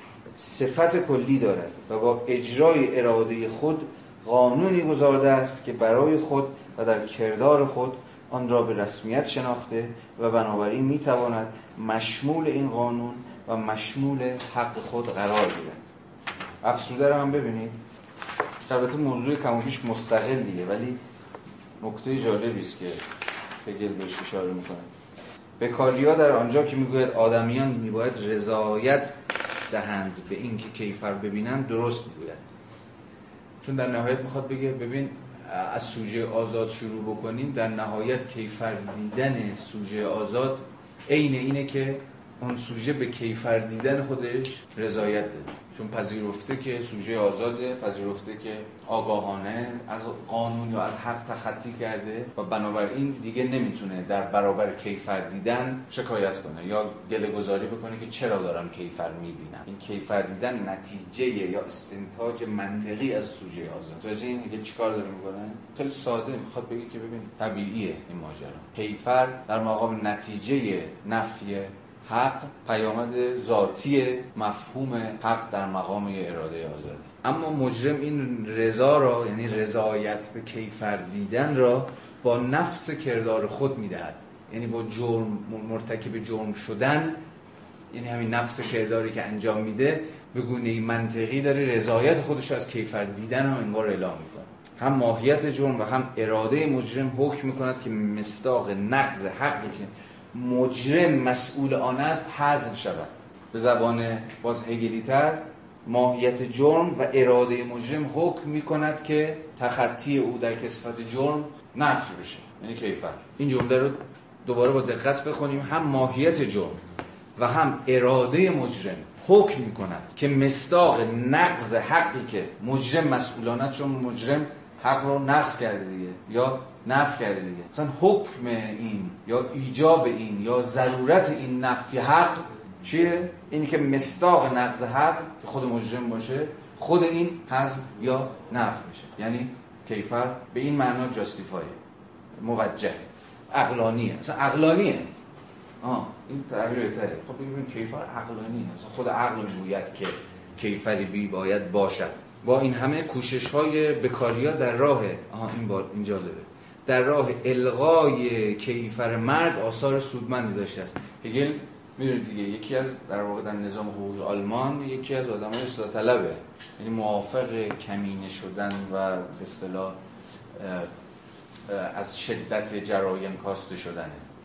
Speaker 1: صفت کلی دارد و با اجرای اراده خود قانونی گذارده است که برای خود و در کردار خود آن را به رسمیت شناخته و بنابراین میتواند مشمول این قانون و مشمول حق خود قرار گیرد. افسوده رو هم ببینید، البته موضوع کم و بیش مستقلیه ولی نکته جالبی است که هگل بهش اشاره میکنه. بکاریا در آنجا که میگوید آدمیان میباید رضایت دهند به این که کیفر ببینند درست میگوید، چون در نهایت میخواد بگه ببین از سوژه آزاد شروع بکنیم، در نهایت کیفر دیدن سوژه آزاد عین اینه که اون سوژه به کیفر دیدن خودش رضایت داده، چون پذیرفته که سوژه آزاده، پذیرفته که آگاهانه از قانون یا از حق تخطی کرده و بنابراین دیگه نمیتونه در برابر کیفر دیدن شکایت کنه یا گله گذاری بکنه که چرا دارم کیفر میبینم. این کیفر دیدن نتیجه یا استنتاج منطقی از سوژه آزاد. توجه این هگل چیکار داره میکنه؟ خیلی ساده میخواد بگه که ببین طبیعیه این ماجرا. کیفر در مقام نتیجه نفی حق پیامد ذاتی مفهوم حق در مقام اراده آزاده. اما مجرم این رضا را، یعنی رضایت به کیفر دیدن را با نفس کردار خود میدهد، یعنی با جرم مرتکب جرم شدن، یعنی همین نفس کرداری که انجام میده به گونه منطقی داره رضایت خودش از کیفر دیدن هم انگار اعلام میکنه. هم ماهیت جرم و هم اراده مجرم حکم میکند که مصداق نقض حقی که مجرم مسئول آن است حذف شود. به زبان باز هگلی تر، ماهیت جرم و اراده مجرم حکم میکند که تخطی او در کسوت جرم نفی بشه، یعنی کیفر. این جمله رو دوباره با دقت بخونیم. هم ماهیت جرم و هم اراده مجرم حکم میکند که مصداق نقض حقی که مجرم مسئولانه، چون مجرم حق رو نقض کرده دیگه یا نفی کرده دیگه، مثلا حکم این یا ایجاب این یا ضرورت این نفی حق چیه؟ اینی که مصداق نقض حق که خود مجرم باشه، خود این حذف یا نفی بشه. یعنی کیفر به این معنا جاستیفایه، موجه، عقلانیه، مثلا عقلانیه. آه این تعبیر بهتره. خب ببین کیفر عقلانی هست، خود عقل میگوید که کیفری بی باید باشد. با این همه کوشش‌های بکاریا در راه آها این بار این جالبه، در راه الغای کیفر مرد آثار سودمندی داشته است. هگل میدونید دیگه یکی از در واقع در نظام حقوقی آلمان یکی از آدمای اصلاح طلبه، یعنی موافق کمینه شدن و به اصطلاح از شدت جرایم کاسته شدنه.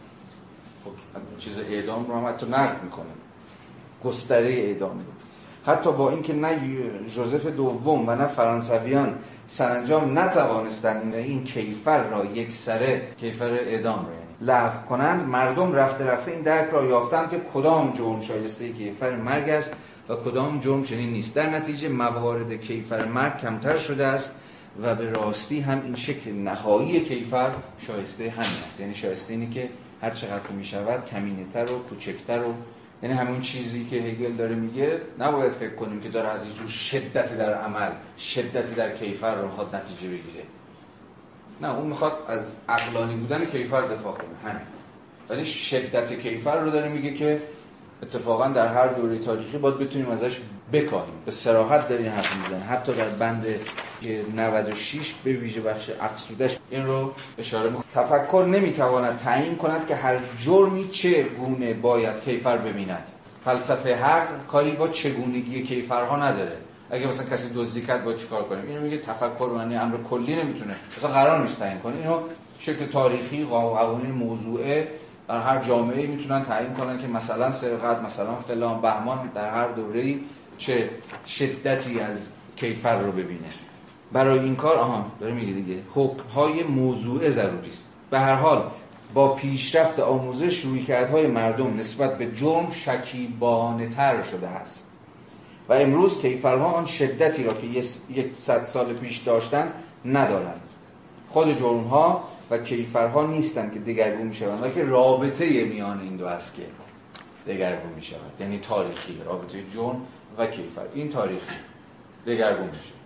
Speaker 1: خب چیز اعدام رو هم حتی نقد میکنه، گستره اعدام رو. حتی با اینکه نه ژوزف دوم و نه فرانسویان سرانجام نتوانستند این کیفر را یک سره کیفر اعدام را یعنی لغو کنند، مردم رفته رفته این درک را یافتند که کدام جرم شایسته کیفر مرگ است و کدام جرم چنین نیست. در نتیجه موارد کیفر مرگ کمتر شده است و به راستی هم این شکل نهایی کیفر شایسته همین است، یعنی شایسته اینه که هر چقدر که می شود کمینه‌تر و کوچکتر و یعنی همون چیزی که هگل داره میگه نباید فکر کنیم که داره از اینجور شدتی در عمل شدتی در کیفر رو میخواد نتیجه بگیره. نه اون میخواد از عقلانی بودن کیفر دفاع کنه همین، ولی شدت کیفر رو داره میگه که اتفاقا در هر دوره تاریخی باید بتونیم ازش بکاهیم. به صراحت داره این حرف میزنه، حتی در بند نود و شش به ویژه بخش افسودش این رو اشاره میکنه. تفکر نمیتواند تعیین کند که هر جرمی چه گونه باید کیفر ببیند. فلسفه حق کاری با چگونگی کیفرها نداره. اگه مثلا کسی دزدی کرد باید چیکار کنیم؟ اینو میگه تفکر معنی امر کلی نمیتونه، مثلا قرار نیست تعیین کنه. اینو شکل تاریخی قوانین موضوعه در هر جامعه‌ای میتونن تعیین کنن که مثلا سرقت، مثلا فلان بهمان در هر دوره‌ای چه شدتی از کیفر رو ببینه. برای این کار آها داره میگه دیگه حکم‌های موضوعه ضروری است. به هر حال با پیشرفت آموزش رویکردهای مردم نسبت به جرم شکیبانه‌تر شده است و امروز کیفرها آن شدتی را که یک صد سال پیش داشتند ندارند. خود جرم‌ها و کیفرها نیستند که دگرگون می‌شوند، بلکه رابطه میان این دو است که دگرگون می‌شود. یعنی تاریخی رابطه جرم و کیفر این تاریخی دگرگون میشه.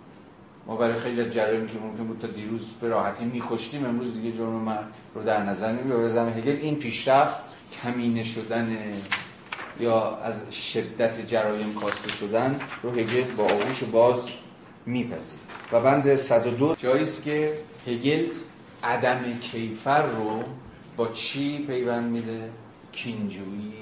Speaker 1: ما برای خیلی جرایمی که ممکن بود تا دیروز به راحتی می‌کشتیم امروز دیگه جرم مرگ رو در نظر نمی‌گیره. به زعم هگل این پیشرفت کمینه شدن یا از شدت جرایم کاسته شدن رو هگل با آغوش باز میپذیره. و بند صد و دو جایی است که هگل عدم کیفر رو با چی پیوند میده؟ کینجویی،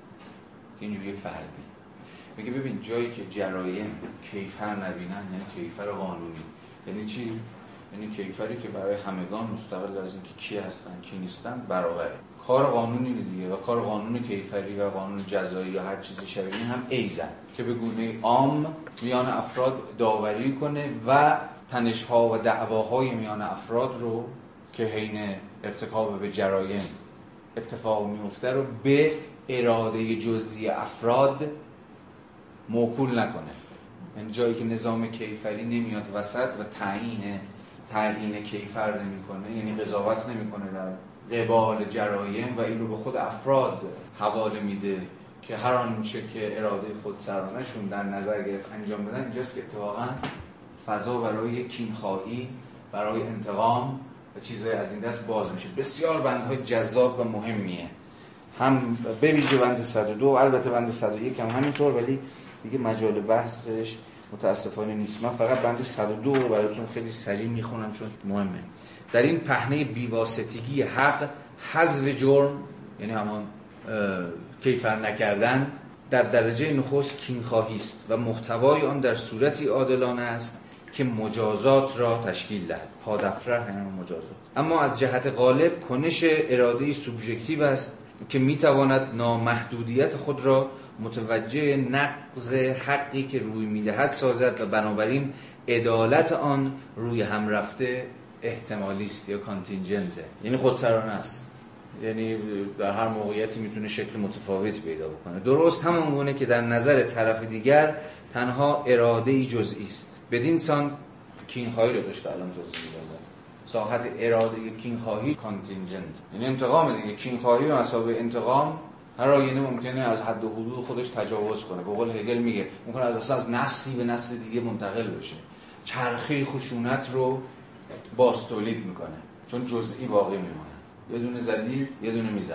Speaker 1: کینجویی فردی. میگه ببین جایی که جرایم کیفر نبینن یعنی کیفر قانونی. یعنی چی؟ یعنی کیفری که برای همگان مستقل از اینکه کی هستن کی نیستن برابره. کار قانونی دیگه و کار قانون کیفری و قانون جزایی یا هر چیزی شبیه این هم ایزن که به گونه عام میان افراد داوری کنه و تنش‌ها و دعواهای میان افراد رو که حین ارتکاب به جرایم اتفاق میفته رو به اراده جزئی افراد موکول نکنه. یعنی جایی که نظام کیفری نمیاد وسط و تعیین تعیین کیفر نمیکنه، یعنی قضاوت نمیکنه در قبال جرایم و این رو به خود افراد حواله میده که هر آنچه که اراده خود سرانشون در نظر گرفت انجام بدن، اینجاست که اتفاقا فضا برای کینخواهی، برای انتقام و چیزهای از این دست باز میشه. بسیار بندهای جذاب و مهمیه، هم به ویژه بند صد و دو، البته بند صد و یک هم همینطور، ولی دیگه مجال بحثش متاسفانه نیست. من فقط بند صد و دو رو براتون خیلی سریع میخونم چون مهمه. در این پهنه بیواسطگی حق، حذف جرم یعنی همان کیفر نکردن در درجه نخست کینخواهی است و محتوای آن در صورتی عادلانه است که مجازات را تشکیل دهد. پادفره یعنی مجازات. اما از جهت غالب کنش اراده سوبژکتیو است که میتواند نامحدودیت خود را متوجه نقض حقی که روی میدهد سازد و بنابراین عدالت آن روی هم رفته احتمالی است یا کانتینجنته، یعنی خودسرانه است. یعنی در هر موقعیتی میتونه شکل متفاوتی پیدا بکنه. درست همان گونه که در نظر طرف دیگر تنها اراده جزئی است. بدین سان کینخواهی رو داشته الان توضیح میدم. ساحت اراده کینخواهی کانتینجنت یعنی انتقام دیگه. کینخواهی و مسابقه انتقام هر آینه ممکنه از حد و حدود خودش تجاوز کنه. به قول هگل میگه ممکنه از اصلا از نسلی به نسل دیگه منتقل بشه. چرخه خشونت رو باز تولید میکنه چون جزئی باقی میمونه. یه دونه زدی یه دونه میزنن.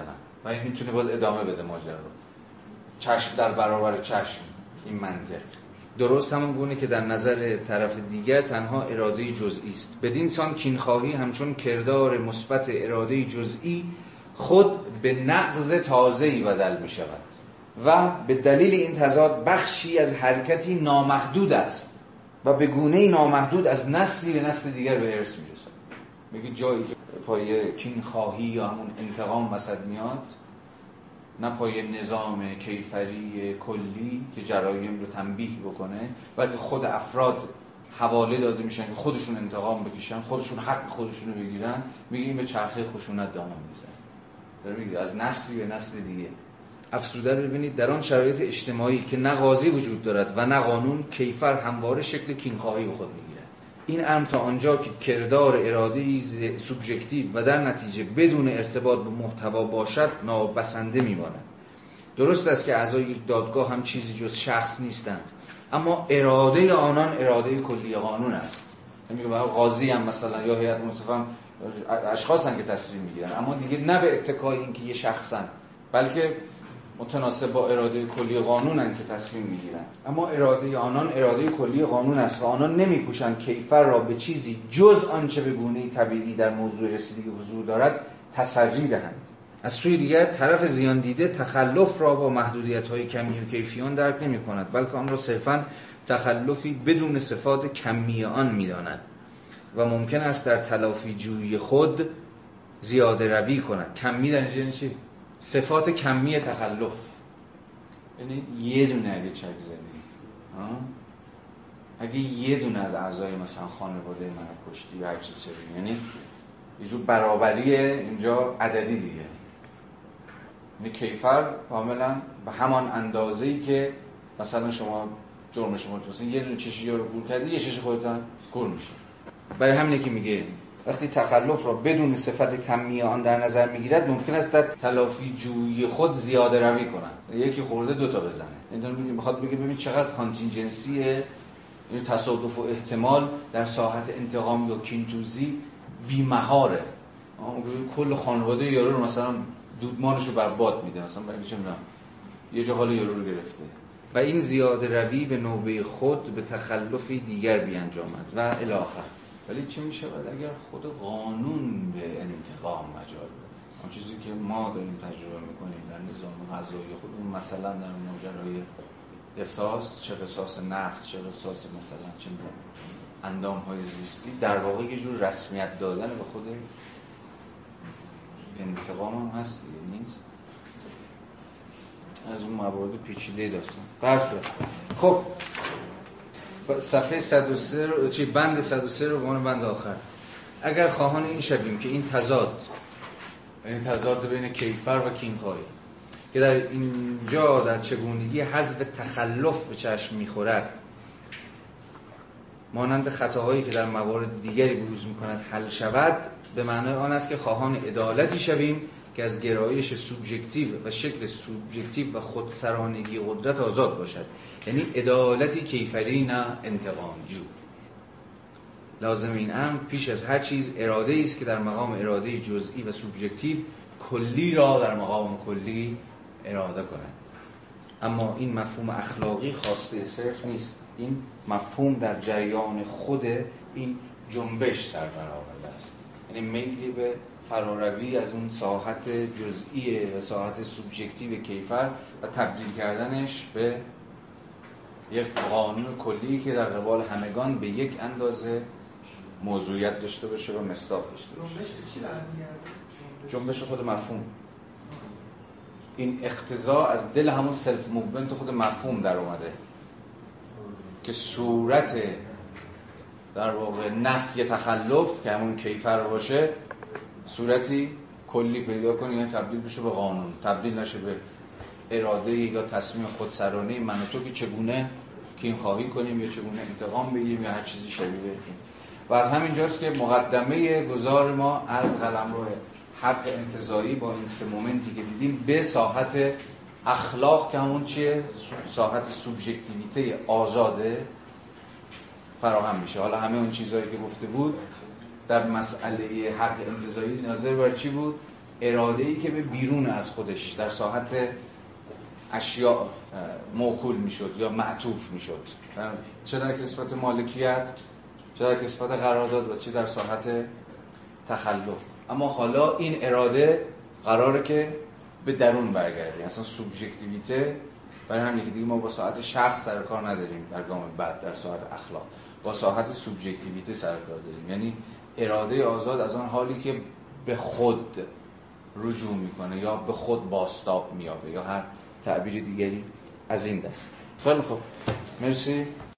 Speaker 1: و این میتونه باز ادامه بده ماجرا رو. چشم در برابر چشم، این منطق درست همون گونه که در نظر طرف دیگر تنها اراده جزئی است. بدین سان کینخواهی همچون کردار مثبت اراده جزئی خود به نقض تازه‌ای بدل می شود و به دلیل این تضاد بخشی از حرکتی نامحدود است و به گونه‌ای نامحدود از نسلی به نسل دیگر به ارث می رسد. میگه جایی که پای کینخواهی یا همون انتقام وسط میاد، نه پای نظام کیفری کلی که جرایم رو تنبیه بکنه، بلکه خود افراد حواله داده میشن که خودشون انتقام بکشن، خودشون حق خودشون رو بگیرن. میگه این به چرخه خشونت دامن میزنه، داره میگه از نسلی به نسل دیگه. افسوده ببینید در آن شرایط اجتماعی که نه قاضی وجود دارد و نه قانون، کیفر همواره شکل کینخواهی به خود میگیرد. این امر تا آنجا که کردار اراده‌ای سوبژکتیو و در نتیجه بدون ارتباط به محتوا باشد نابسنده میماند. درست است که اعضای یک دادگاه هم چیزی جز شخص نیستند، اما اراده آنان اراده کلی قانون است. میگه قاضی هم مثلا یا هیئت منصفه هم اشخاص هم که تصمیم میگیرن، اما دیگه نه به اتکای اینکه یه شخصن، بلکه متناسب با اراده کلی قانون هم که تصمیم میگیرن. اما اراده آنان اراده کلی قانون است و آنان نمیکوشند کیفر را به چیزی جز آنچه به گونه‌ای طبیعی در موضوع رسیدگی حضور دارد تسری دهند. از سوی دیگر طرف زیان دیده تخلف را با محدودیت‌های کمی و کیفی آن درک نمی‌کند، بلکه آن را صرفاً تخلفی بدون صفات کمی آن می‌داند و ممکن است در تلافی جویی خود زیاده روی کند. کمی در اینجا یعنی چی؟ صفات کمی تخلف، یعنی یه دونه اگه چک زدی، اگه یه دونه از اعضای مثلا خانواده من کشتی یا هر چیز چیزی، یعنی یه جور برابریه اینجا عددی دیگه. یعنی کیفر کاملا به همان اندازه‌ای که مثلا شما جرم شما تو مثلا یه دونه چشی رو گور کردی، یه چش خودت هم گور میشه. برای همینه که میگه وقتی تخلف را بدون صفت کمی آن در نظر میگیرد، ممکن است در تلافی جویی خود زیاده روی کنند. یکی خورده دوتا بزنه. این میخواد بگه ببین چقدر کانتینجنسیه، این تصادف و احتمال در ساحت انتقام یا کینتوزی بی‌مهاره. کل خانواده یارو رو مثلا دودمانش رو برباد میده، مثلا برای چه میدونم یه جا حال یارو رو گرفته. و این زیاده روی به نوبه خود به تخلفی دیگر بیانجامد و الی آخر. ولی چه میشه بعد اگر خود قانون به انتقام مجال بده؟ اون چیزی که ما داریم تجربه میکنیم در نظام قضایی خودمون، مثلا در ماجرای قصاص، چه قصاص نفس چه قصاص مثلا چه اندام‌های زیستی، در واقع یه جور رسمیت دادن به خود انتقام هم هست یا نیست. از اون موارد پیچیده داستان برفره. خب صفحه صد و سه رو چی بند صد و سه رو به عنوان بند آخر، اگر خواهان این شویم که این تضاد، یعنی تضاد بین کیفر و کینخواهی که در اینجا در چگونگی حذف تخلف به چشم میخورد، مانند خطاهایی که در موارد دیگری بروز میکند حل شود، به معنای آن است که خواهان عدالتی شویم که از گرایش سوبژکتیو و شکل سوبژکتیو و خودسرانگی قدرت آزاد باشد، یعنی عدالتی کیفری نه انتقام جو. لازم این امر پیش از هر چیز اراده است که در مقام اراده جزئی و سوبژکتیو کلی را در مقام کلی اراده کند. اما این مفهوم اخلاقی خواسته صرف نیست، این مفهوم در جریان خود این جنبش سر برآورده است، یعنی میلی به فراروی از اون ساحت جزئی و ساحت سوبژکتیو کیفر و تبدیل کردنش به یک قانون کلی که در قبال همگان به یک اندازه موضوعیت داشته باشه و مصداق داشته باشه.
Speaker 3: جنبش چی برمیگرده؟
Speaker 1: جنبش خود مفهوم، این اقتضا از دل همون سلف موومنت خود مفهوم در اومده که صورت در واقع نفی تخلف که همون کیفر باشه صورتی کلی پیدا کنه، یعنی تبدیل بشه به قانون، تبدیل نشه به اراده یا تصمیم خودسرانه من و تو که چگونه کینخواهی کنیم یا چگونه انتقام بگیریم یا هر چیزی شبیه این. و از همین جاست که مقدمه گذار ما از قلمرو حق انتزاعی با این سه مومنتی که دیدیم به ساحت اخلاق که همون چیه؟ ساحت سوبژکتیویته آزاده فراهم میشه. حالا همه اون چیزهایی که گفته بود در مسئله حق انتزاعی ناظر بر چی بود؟ اراده‌ای که به بیرون از خودش در ساحت اشیاء موکول میشد یا معطوف میشد، چه در کسبت مالکیت، چه در کسبت قرارداد و چه در ساحت تخلف. اما حالا این اراده قراره که به درون برگرده، اصلا سوبژکتیویته. برای همین که دیگه ما با ساحت شخص سر کار نداریم در گام بعد، در ساحت اخلاق با ساحت سوبژکتیویته سر کار داریم، یعنی اراده آزاد از آن حالی که به خود رجوع میکنه یا به خود بازتاب میابه یا هر تعبیر دیگری از این دست. خیلی خوب، مرسی.